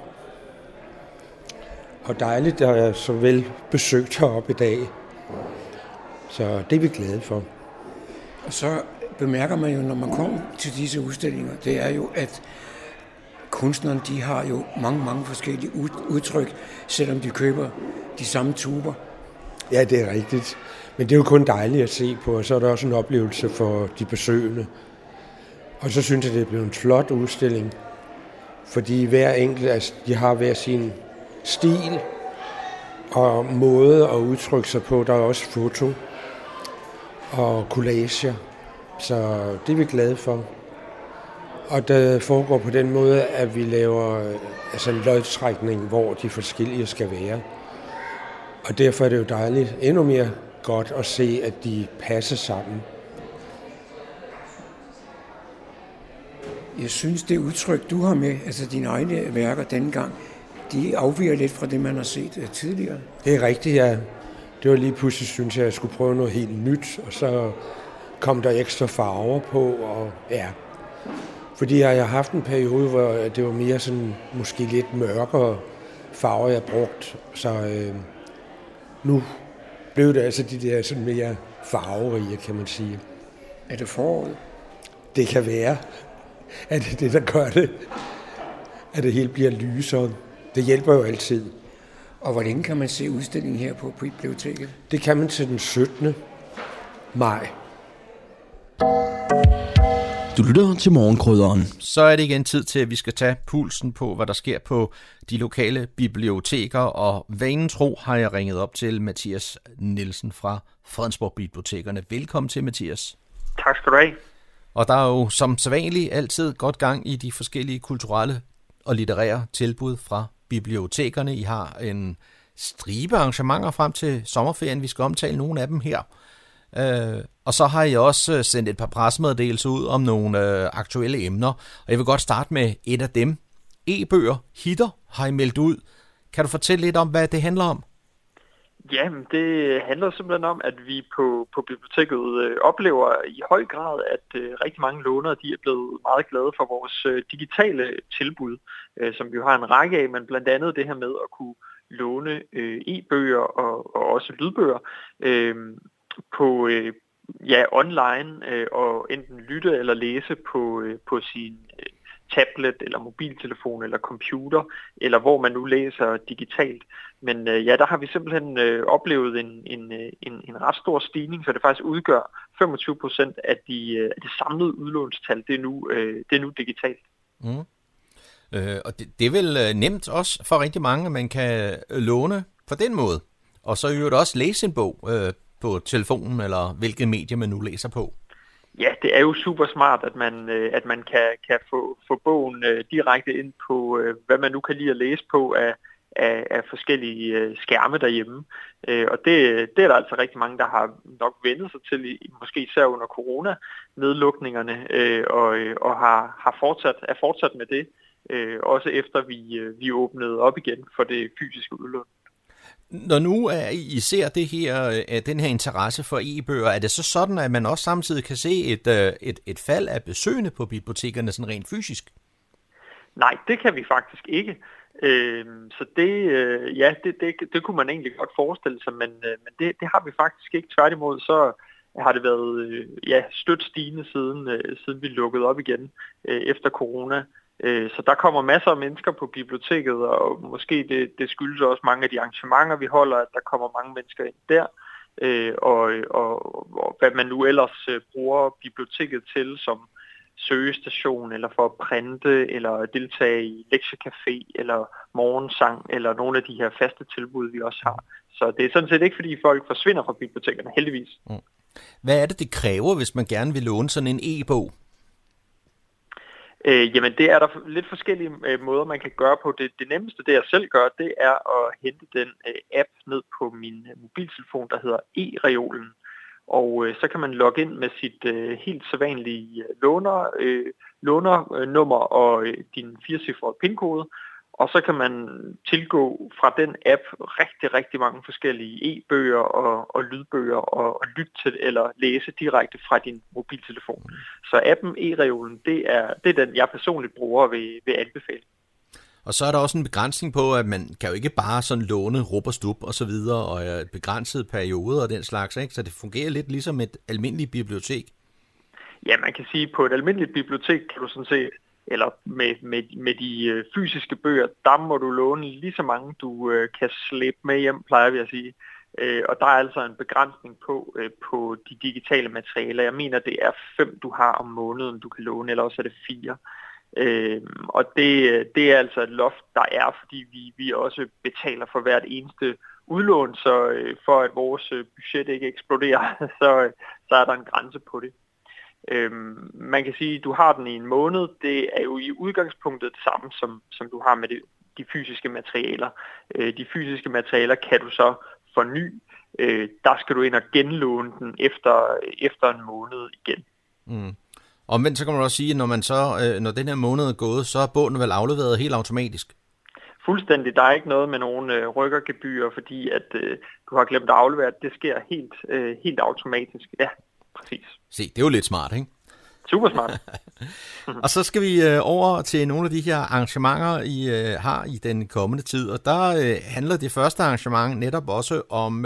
Og dejligt, der er så vel besøgt heroppe i dag. Så det er vi glade for. Og så bemærker man jo, når man kommer til disse udstillinger, det er jo, at kunstnerne, de har jo mange forskellige udtryk, selvom de køber de samme tuber. Ja, det er rigtigt. Men det er jo kun dejligt at se på, og så er der også en oplevelse for de besøgende. Og så synes jeg, det er blevet en flot udstilling, fordi hver enkelt, altså, de har hver sin stil og måde at udtrykke sig på. Der er også foto og collager, så det er vi glade for. Og det foregår på den måde, at vi laver altså en lodtrækning, hvor de forskellige skal være. Og derfor er det jo dejligt, endnu mere godt at se, at de passer sammen. Jeg synes, det udtryk, du har med, altså dine egne værker denne gang, de afviger lidt fra det, man har set tidligere. Det er rigtigt, ja. Det var lige pludselig, synes jeg, at jeg skulle prøve noget helt nyt, og så kom der ekstra farver på, og ja. Fordi jeg har haft en periode, hvor det var mere sådan, måske lidt mørkere farver, jeg brugt, så nu blev det altså de der sådan mere farverige, kan man sige. Er det foråret? Det kan være. Er det det, der gør det? At det hele bliver lysere. Det hjælper jo altid. Og hvor længe kan man se udstillingen her på biblioteket? Det kan man til den 17. maj. Du lytter til Morgenkrydderen. Så er det igen tid til, at vi skal tage pulsen på, hvad der sker på de lokale biblioteker, og vanen tro har jeg ringet op til Mathias Nielsen fra Fredensborg Bibliotekerne. Velkommen til, Mathias. Tak skal du have. Og der er jo som sædvanligt altid godt gang i de forskellige kulturelle og litterære tilbud fra bibliotekerne. I har en stribe arrangementer frem til sommerferien. Vi skal omtale nogle af dem her. Og så har jeg også sendt et par pressemeddelelser ud om nogle aktuelle emner. Og jeg vil godt starte med et af dem. E-bøger, hitter, har I meldt ud. Kan du fortælle lidt om, hvad det handler om? Ja, det handler simpelthen om, at vi på biblioteket oplever i høj grad, at rigtig mange lånere de er blevet meget glade for vores digitale tilbud, som vi jo har en række af, men blandt andet det her med at kunne låne e-bøger og også lydbøger på online og enten lytte eller læse på sin tablet eller mobiltelefon eller computer, eller hvor man nu læser digitalt. Men der har vi simpelthen oplevet en ret stor stigning, så det faktisk udgør 25% af det samlede udlånstal, det er nu digitalt. Mm. Og det er vel nemt også for rigtig mange, at man kan låne på den måde, og så jo også læse en bog på telefonen, eller hvilket medie man nu læser på. Ja, det er jo super smart, at man kan få bogen direkte ind på, hvad man nu kan lide at læse på af forskellige skærme derhjemme. Og det er der altså rigtig mange, der har nok vendt sig til, måske især under corona-nedlukningerne, og er fortsat med det, også efter vi åbnede op igen for det fysiske udlån. Når nu I ser den her interesse for e-bøger, er det så sådan, at man også samtidig kan se et fald af besøgende på bibliotekerne sådan rent fysisk? Nej, det kan vi faktisk ikke. Så det kunne man egentlig godt forestille sig, men det har vi faktisk ikke. Tværtimod så har det været stødt stigende siden vi lukkede op igen efter corona. Så der kommer masser af mennesker på biblioteket, og måske det skyldes også mange af de arrangementer, vi holder, at der kommer mange mennesker ind der. Og hvad man nu ellers bruger biblioteket til som søgestation, eller for at printe, eller deltage i lektiecafé, eller morgensang, eller nogle af de her faste tilbud, vi også har. Så det er sådan set ikke, fordi folk forsvinder fra bibliotekerne, heldigvis. Hvad er det kræver, hvis man gerne vil låne sådan en e-bog? Jamen det er der lidt forskellige måder, man kan gøre på. Det nemmeste, det jeg selv gør, det er at hente den app ned på min mobiltelefon, der hedder e-reolen. Og så kan man logge ind med sit helt sædvanlige lånernummer og din 4-cifrede PIN-kode. Og så kan man tilgå fra den app rigtig, rigtig mange forskellige e-bøger og lydbøger og lytte til eller læse direkte fra din mobiltelefon. Så appen e-reolen, det er den, jeg personligt bruger og vil anbefale. Og så er der også en begrænsning på, at man kan jo ikke bare sådan låne rup og stup og så videre, og begrænsede perioder og den slags, ikke? Så det fungerer lidt ligesom et almindeligt bibliotek. Ja, man kan sige, at på et almindeligt bibliotek kan du sådan set, eller med de fysiske bøger, der må du låne lige så mange, du kan slæbe med hjem, plejer vi at sige. Og der er altså en begrænsning på de digitale materialer. Jeg mener, det er 5, du har om måneden, du kan låne, eller også er det 4. Og det er altså et loft, der er, fordi vi også betaler for hvert eneste udlån, så for at vores budget ikke eksploderer, så er der en grænse på det. Man kan sige, at du har den i en måned. Det er jo i udgangspunktet det samme, som du har med de fysiske materialer. De fysiske materialer kan du så forny. Der skal du ind og genlåne den efter en måned igen. Omvendt så kan man også sige, at når den her måned er gået, så er bogen vel afleveret helt automatisk? Fuldstændig. Der er ikke noget med nogen rykkergebyrer, fordi at du har glemt at aflevere. Det sker helt automatisk. Ja, præcis. Se, det er jo lidt smart, ikke? Super smart. Og så skal vi over til nogle af de her arrangementer, I har i den kommende tid. Og der handler det første arrangement netop også om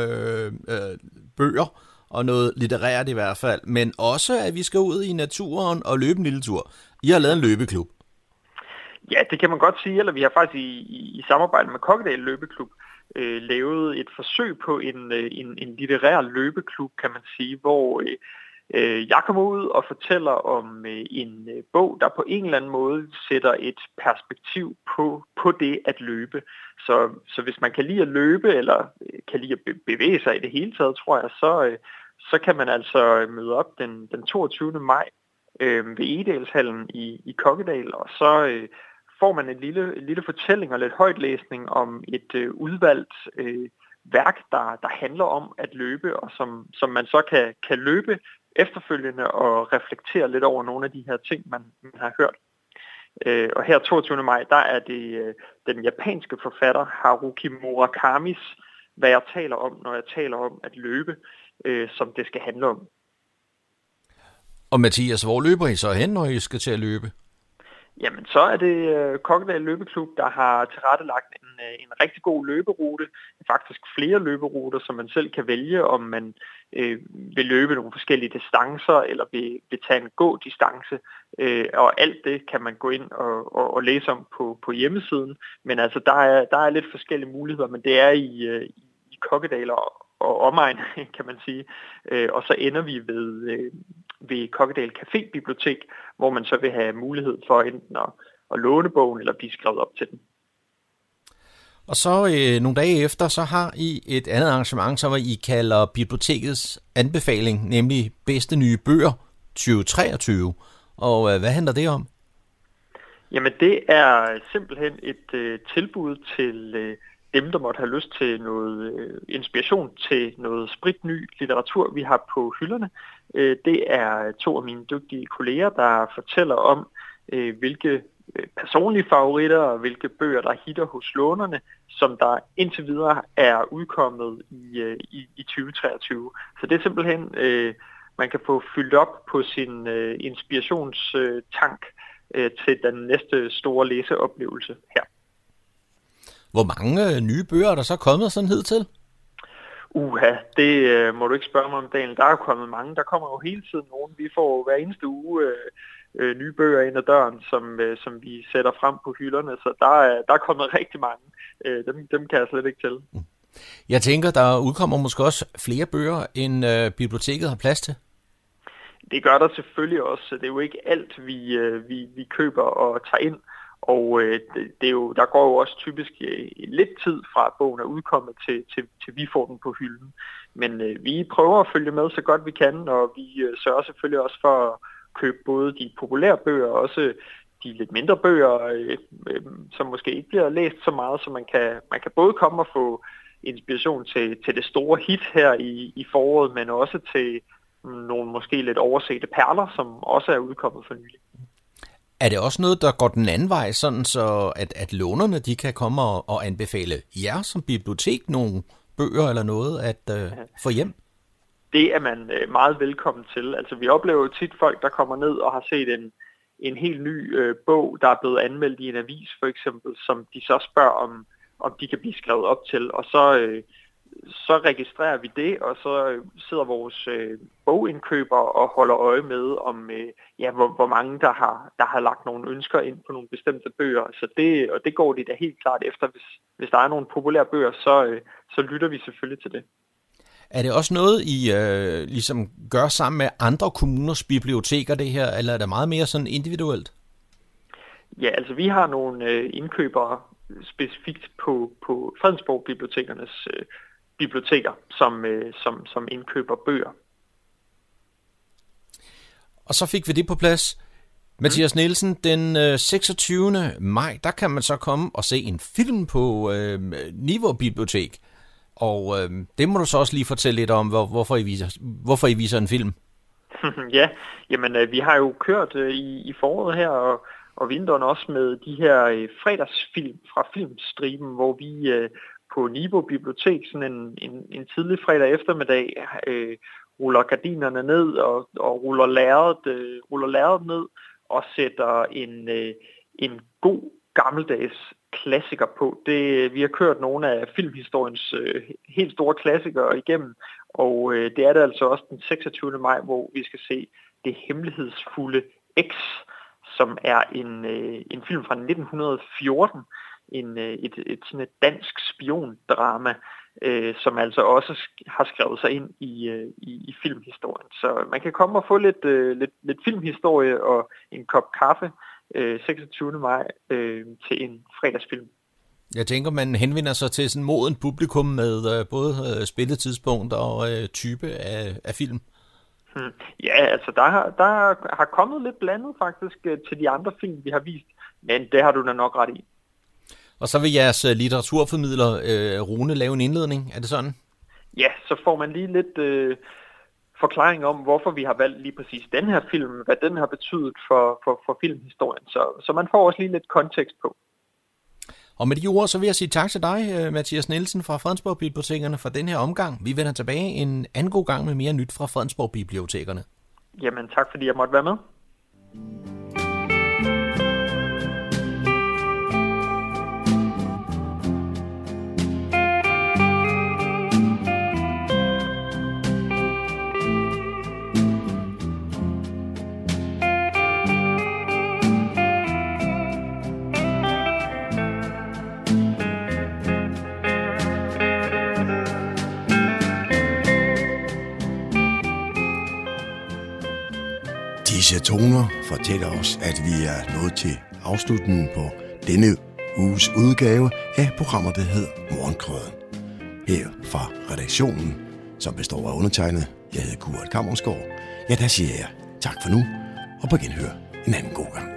bøger, og noget litterært i hvert fald, men også, at vi skal ud i naturen og løbe en lille tur. I har lavet en løbeklub. Ja, det kan man godt sige, eller vi har faktisk i samarbejde med Kokkedal Løbeklub lavet et forsøg på en litterær løbeklub, kan man sige, hvor jeg kommer ud og fortæller om en bog, der på en eller anden måde sætter et perspektiv på det at løbe. Så hvis man kan lide at løbe, eller kan lide at bevæge sig i det hele taget, tror jeg, så kan man altså møde op den 22. maj ved Egedalshallen i Kokkedal, og så får man en lille fortælling og lidt højtlæsning om et udvalgt værk, der handler om at løbe, og som man så kan løbe efterfølgende og reflektere lidt over nogle af de her ting, man har hørt. Og her 22. maj, der er det den japanske forfatter Haruki Murakamis, hvad jeg taler om, når jeg taler om at løbe, som det skal handle om. Og Mathias, hvor løber I så hen, når I skal til at løbe? Jamen, så er det Kokkedal Løbeklub, der har tilrettelagt en rigtig god løberute. Faktisk flere løberuter, som man selv kan vælge, om man vil løbe nogle forskellige distancer, eller vil tage en gådistance. Og alt det kan man gå ind og læse om på hjemmesiden. Men altså, der er lidt forskellige muligheder, men det er i Kokkedal og omegn, kan man sige. Og så ender vi ved Kokkedal Café Bibliotek, hvor man så vil have mulighed for enten at låne bogen eller blive skrevet op til den. Og så nogle dage efter, så har I et andet arrangement, som I kalder bibliotekets anbefaling, nemlig bedste nye bøger 2023. Og hvad handler det om? Jamen det er simpelthen et tilbud til dem, der måtte have lyst til noget inspiration til noget spritny litteratur, vi har på hylderne. Det er 2 af mine dygtige kolleger, der fortæller om, hvilke personlige favoritter, og hvilke bøger, der hitter hos lånerne, som der indtil videre er udkommet i 2023. Så det er simpelthen, man kan få fyldt op på sin inspirationstank til den næste store læseoplevelse her. Hvor mange nye bøger er der så kommet sådan hidtil? Det må du ikke spørge mig om, Daniel. Der er jo kommet mange. Der kommer jo hele tiden nogen. Vi får hver eneste uge nye bøger ind ad døren, som vi sætter frem på hylderne. Så der er kommet rigtig mange. Dem kan jeg slet ikke tælle. Jeg tænker, der udkommer måske også flere bøger, end biblioteket har plads til. Det gør der selvfølgelig også. Det er jo ikke alt, vi køber og tager ind. Og det er jo, der går jo også typisk lidt tid fra bogen er udkommet til vi får den på hylden. Men vi prøver at følge med så godt vi kan, og vi sørger selvfølgelig også for at købe både de populære bøger og også de lidt mindre bøger, som måske ikke bliver læst så meget, så man kan både komme og få inspiration til det store hit her i foråret, men også til nogle måske lidt oversete perler, som også er udkommet for nylig. Er det også noget, der går den anden vej, sådan så at lånerne de kan komme og anbefale jer som bibliotek nogle bøger eller noget at få hjem? Det er man meget velkommen til. Altså vi oplever jo tit folk, der kommer ned og har set en helt ny bog, der er blevet anmeldt i en avis for eksempel, som de så spørger om de kan blive skrevet op til, og så registrerer vi det, og så sidder vores bogindkøber og holder øje med, om hvor mange der har lagt nogle ønsker ind på nogle bestemte bøger. Så det går de da helt klart efter. Hvis der er nogle populære bøger, så lytter vi selvfølgelig til det. Er det også noget, I ligesom gør sammen med andre kommuners biblioteker det her, eller er det meget mere sådan individuelt? Ja, altså vi har nogle indkøbere specifikt på Fredensborg Bibliotekernes biblioteker, som indkøber bøger. Og så fik vi det på plads. Mathias Nielsen, den 26. maj, der kan man så komme og se en film på Nivå Bibliotek. Og det må du så også lige fortælle lidt om, hvorfor I viser en film. Ja, jamen vi har jo kørt i foråret her, og vinteren også med de her fredagsfilm fra Filmstriben, hvor vi på Nivå Bibliotek sådan en tidlig fredag eftermiddag ruller gardinerne ned og ruller lærredet ned og sætter en god gammeldags klassiker på. Vi har kørt nogle af filmhistoriens helt store klassikere igennem, og det er det altså også den 26. maj, hvor vi skal se Det hemmelighedsfulde X, som er en film fra 1914, sådan et dansk spiondrama, som altså også har skrevet sig ind i filmhistorien. Så man kan komme og få lidt filmhistorie og en kop kaffe 26. maj til en fredagsfilm. Jeg tænker, man henvender sig til sådan moden publikum med både spilletidspunkt og type af film. Ja, altså der har kommet lidt blandet faktisk til de andre film, vi har vist, men det har du da nok ret i. Og så vil jeres litteraturformidler Rune lave en indledning, er det sådan? Ja, så får man lige lidt forklaring om, hvorfor vi har valgt lige præcis den her film, hvad den har betydet for filmhistorien, så man får også lige lidt kontekst på. Og med de ord, så vil jeg sige tak til dig, Mathias Nielsen fra Fredensborg Bibliotekerne, for den her omgang. Vi vender tilbage en anden god gang med mere nyt fra Fredensborg Bibliotekerne. Jamen tak, fordi jeg måtte være med. Disse toner fortæller os, at vi er nået til afslutningen på denne uges udgave af programmet, der hedder Morgenkrøden. Her fra redaktionen, som består af undertegnet, jeg hedder Kurt Kammersgaard. Ja, der siger jeg tak for nu, og på genhør en anden god gang.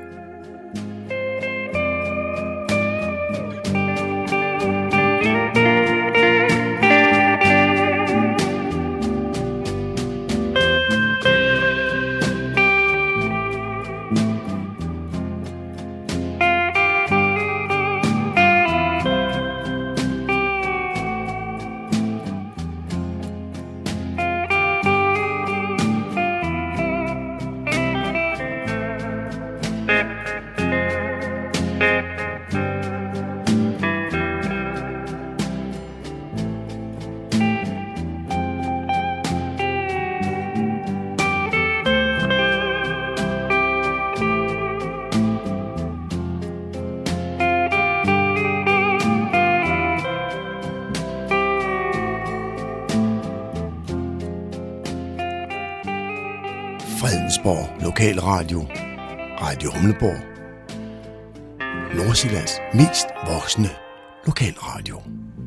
Fredensborg Lokalradio, Radio Humleborg, Nordsjællands mest voksne lokalradio.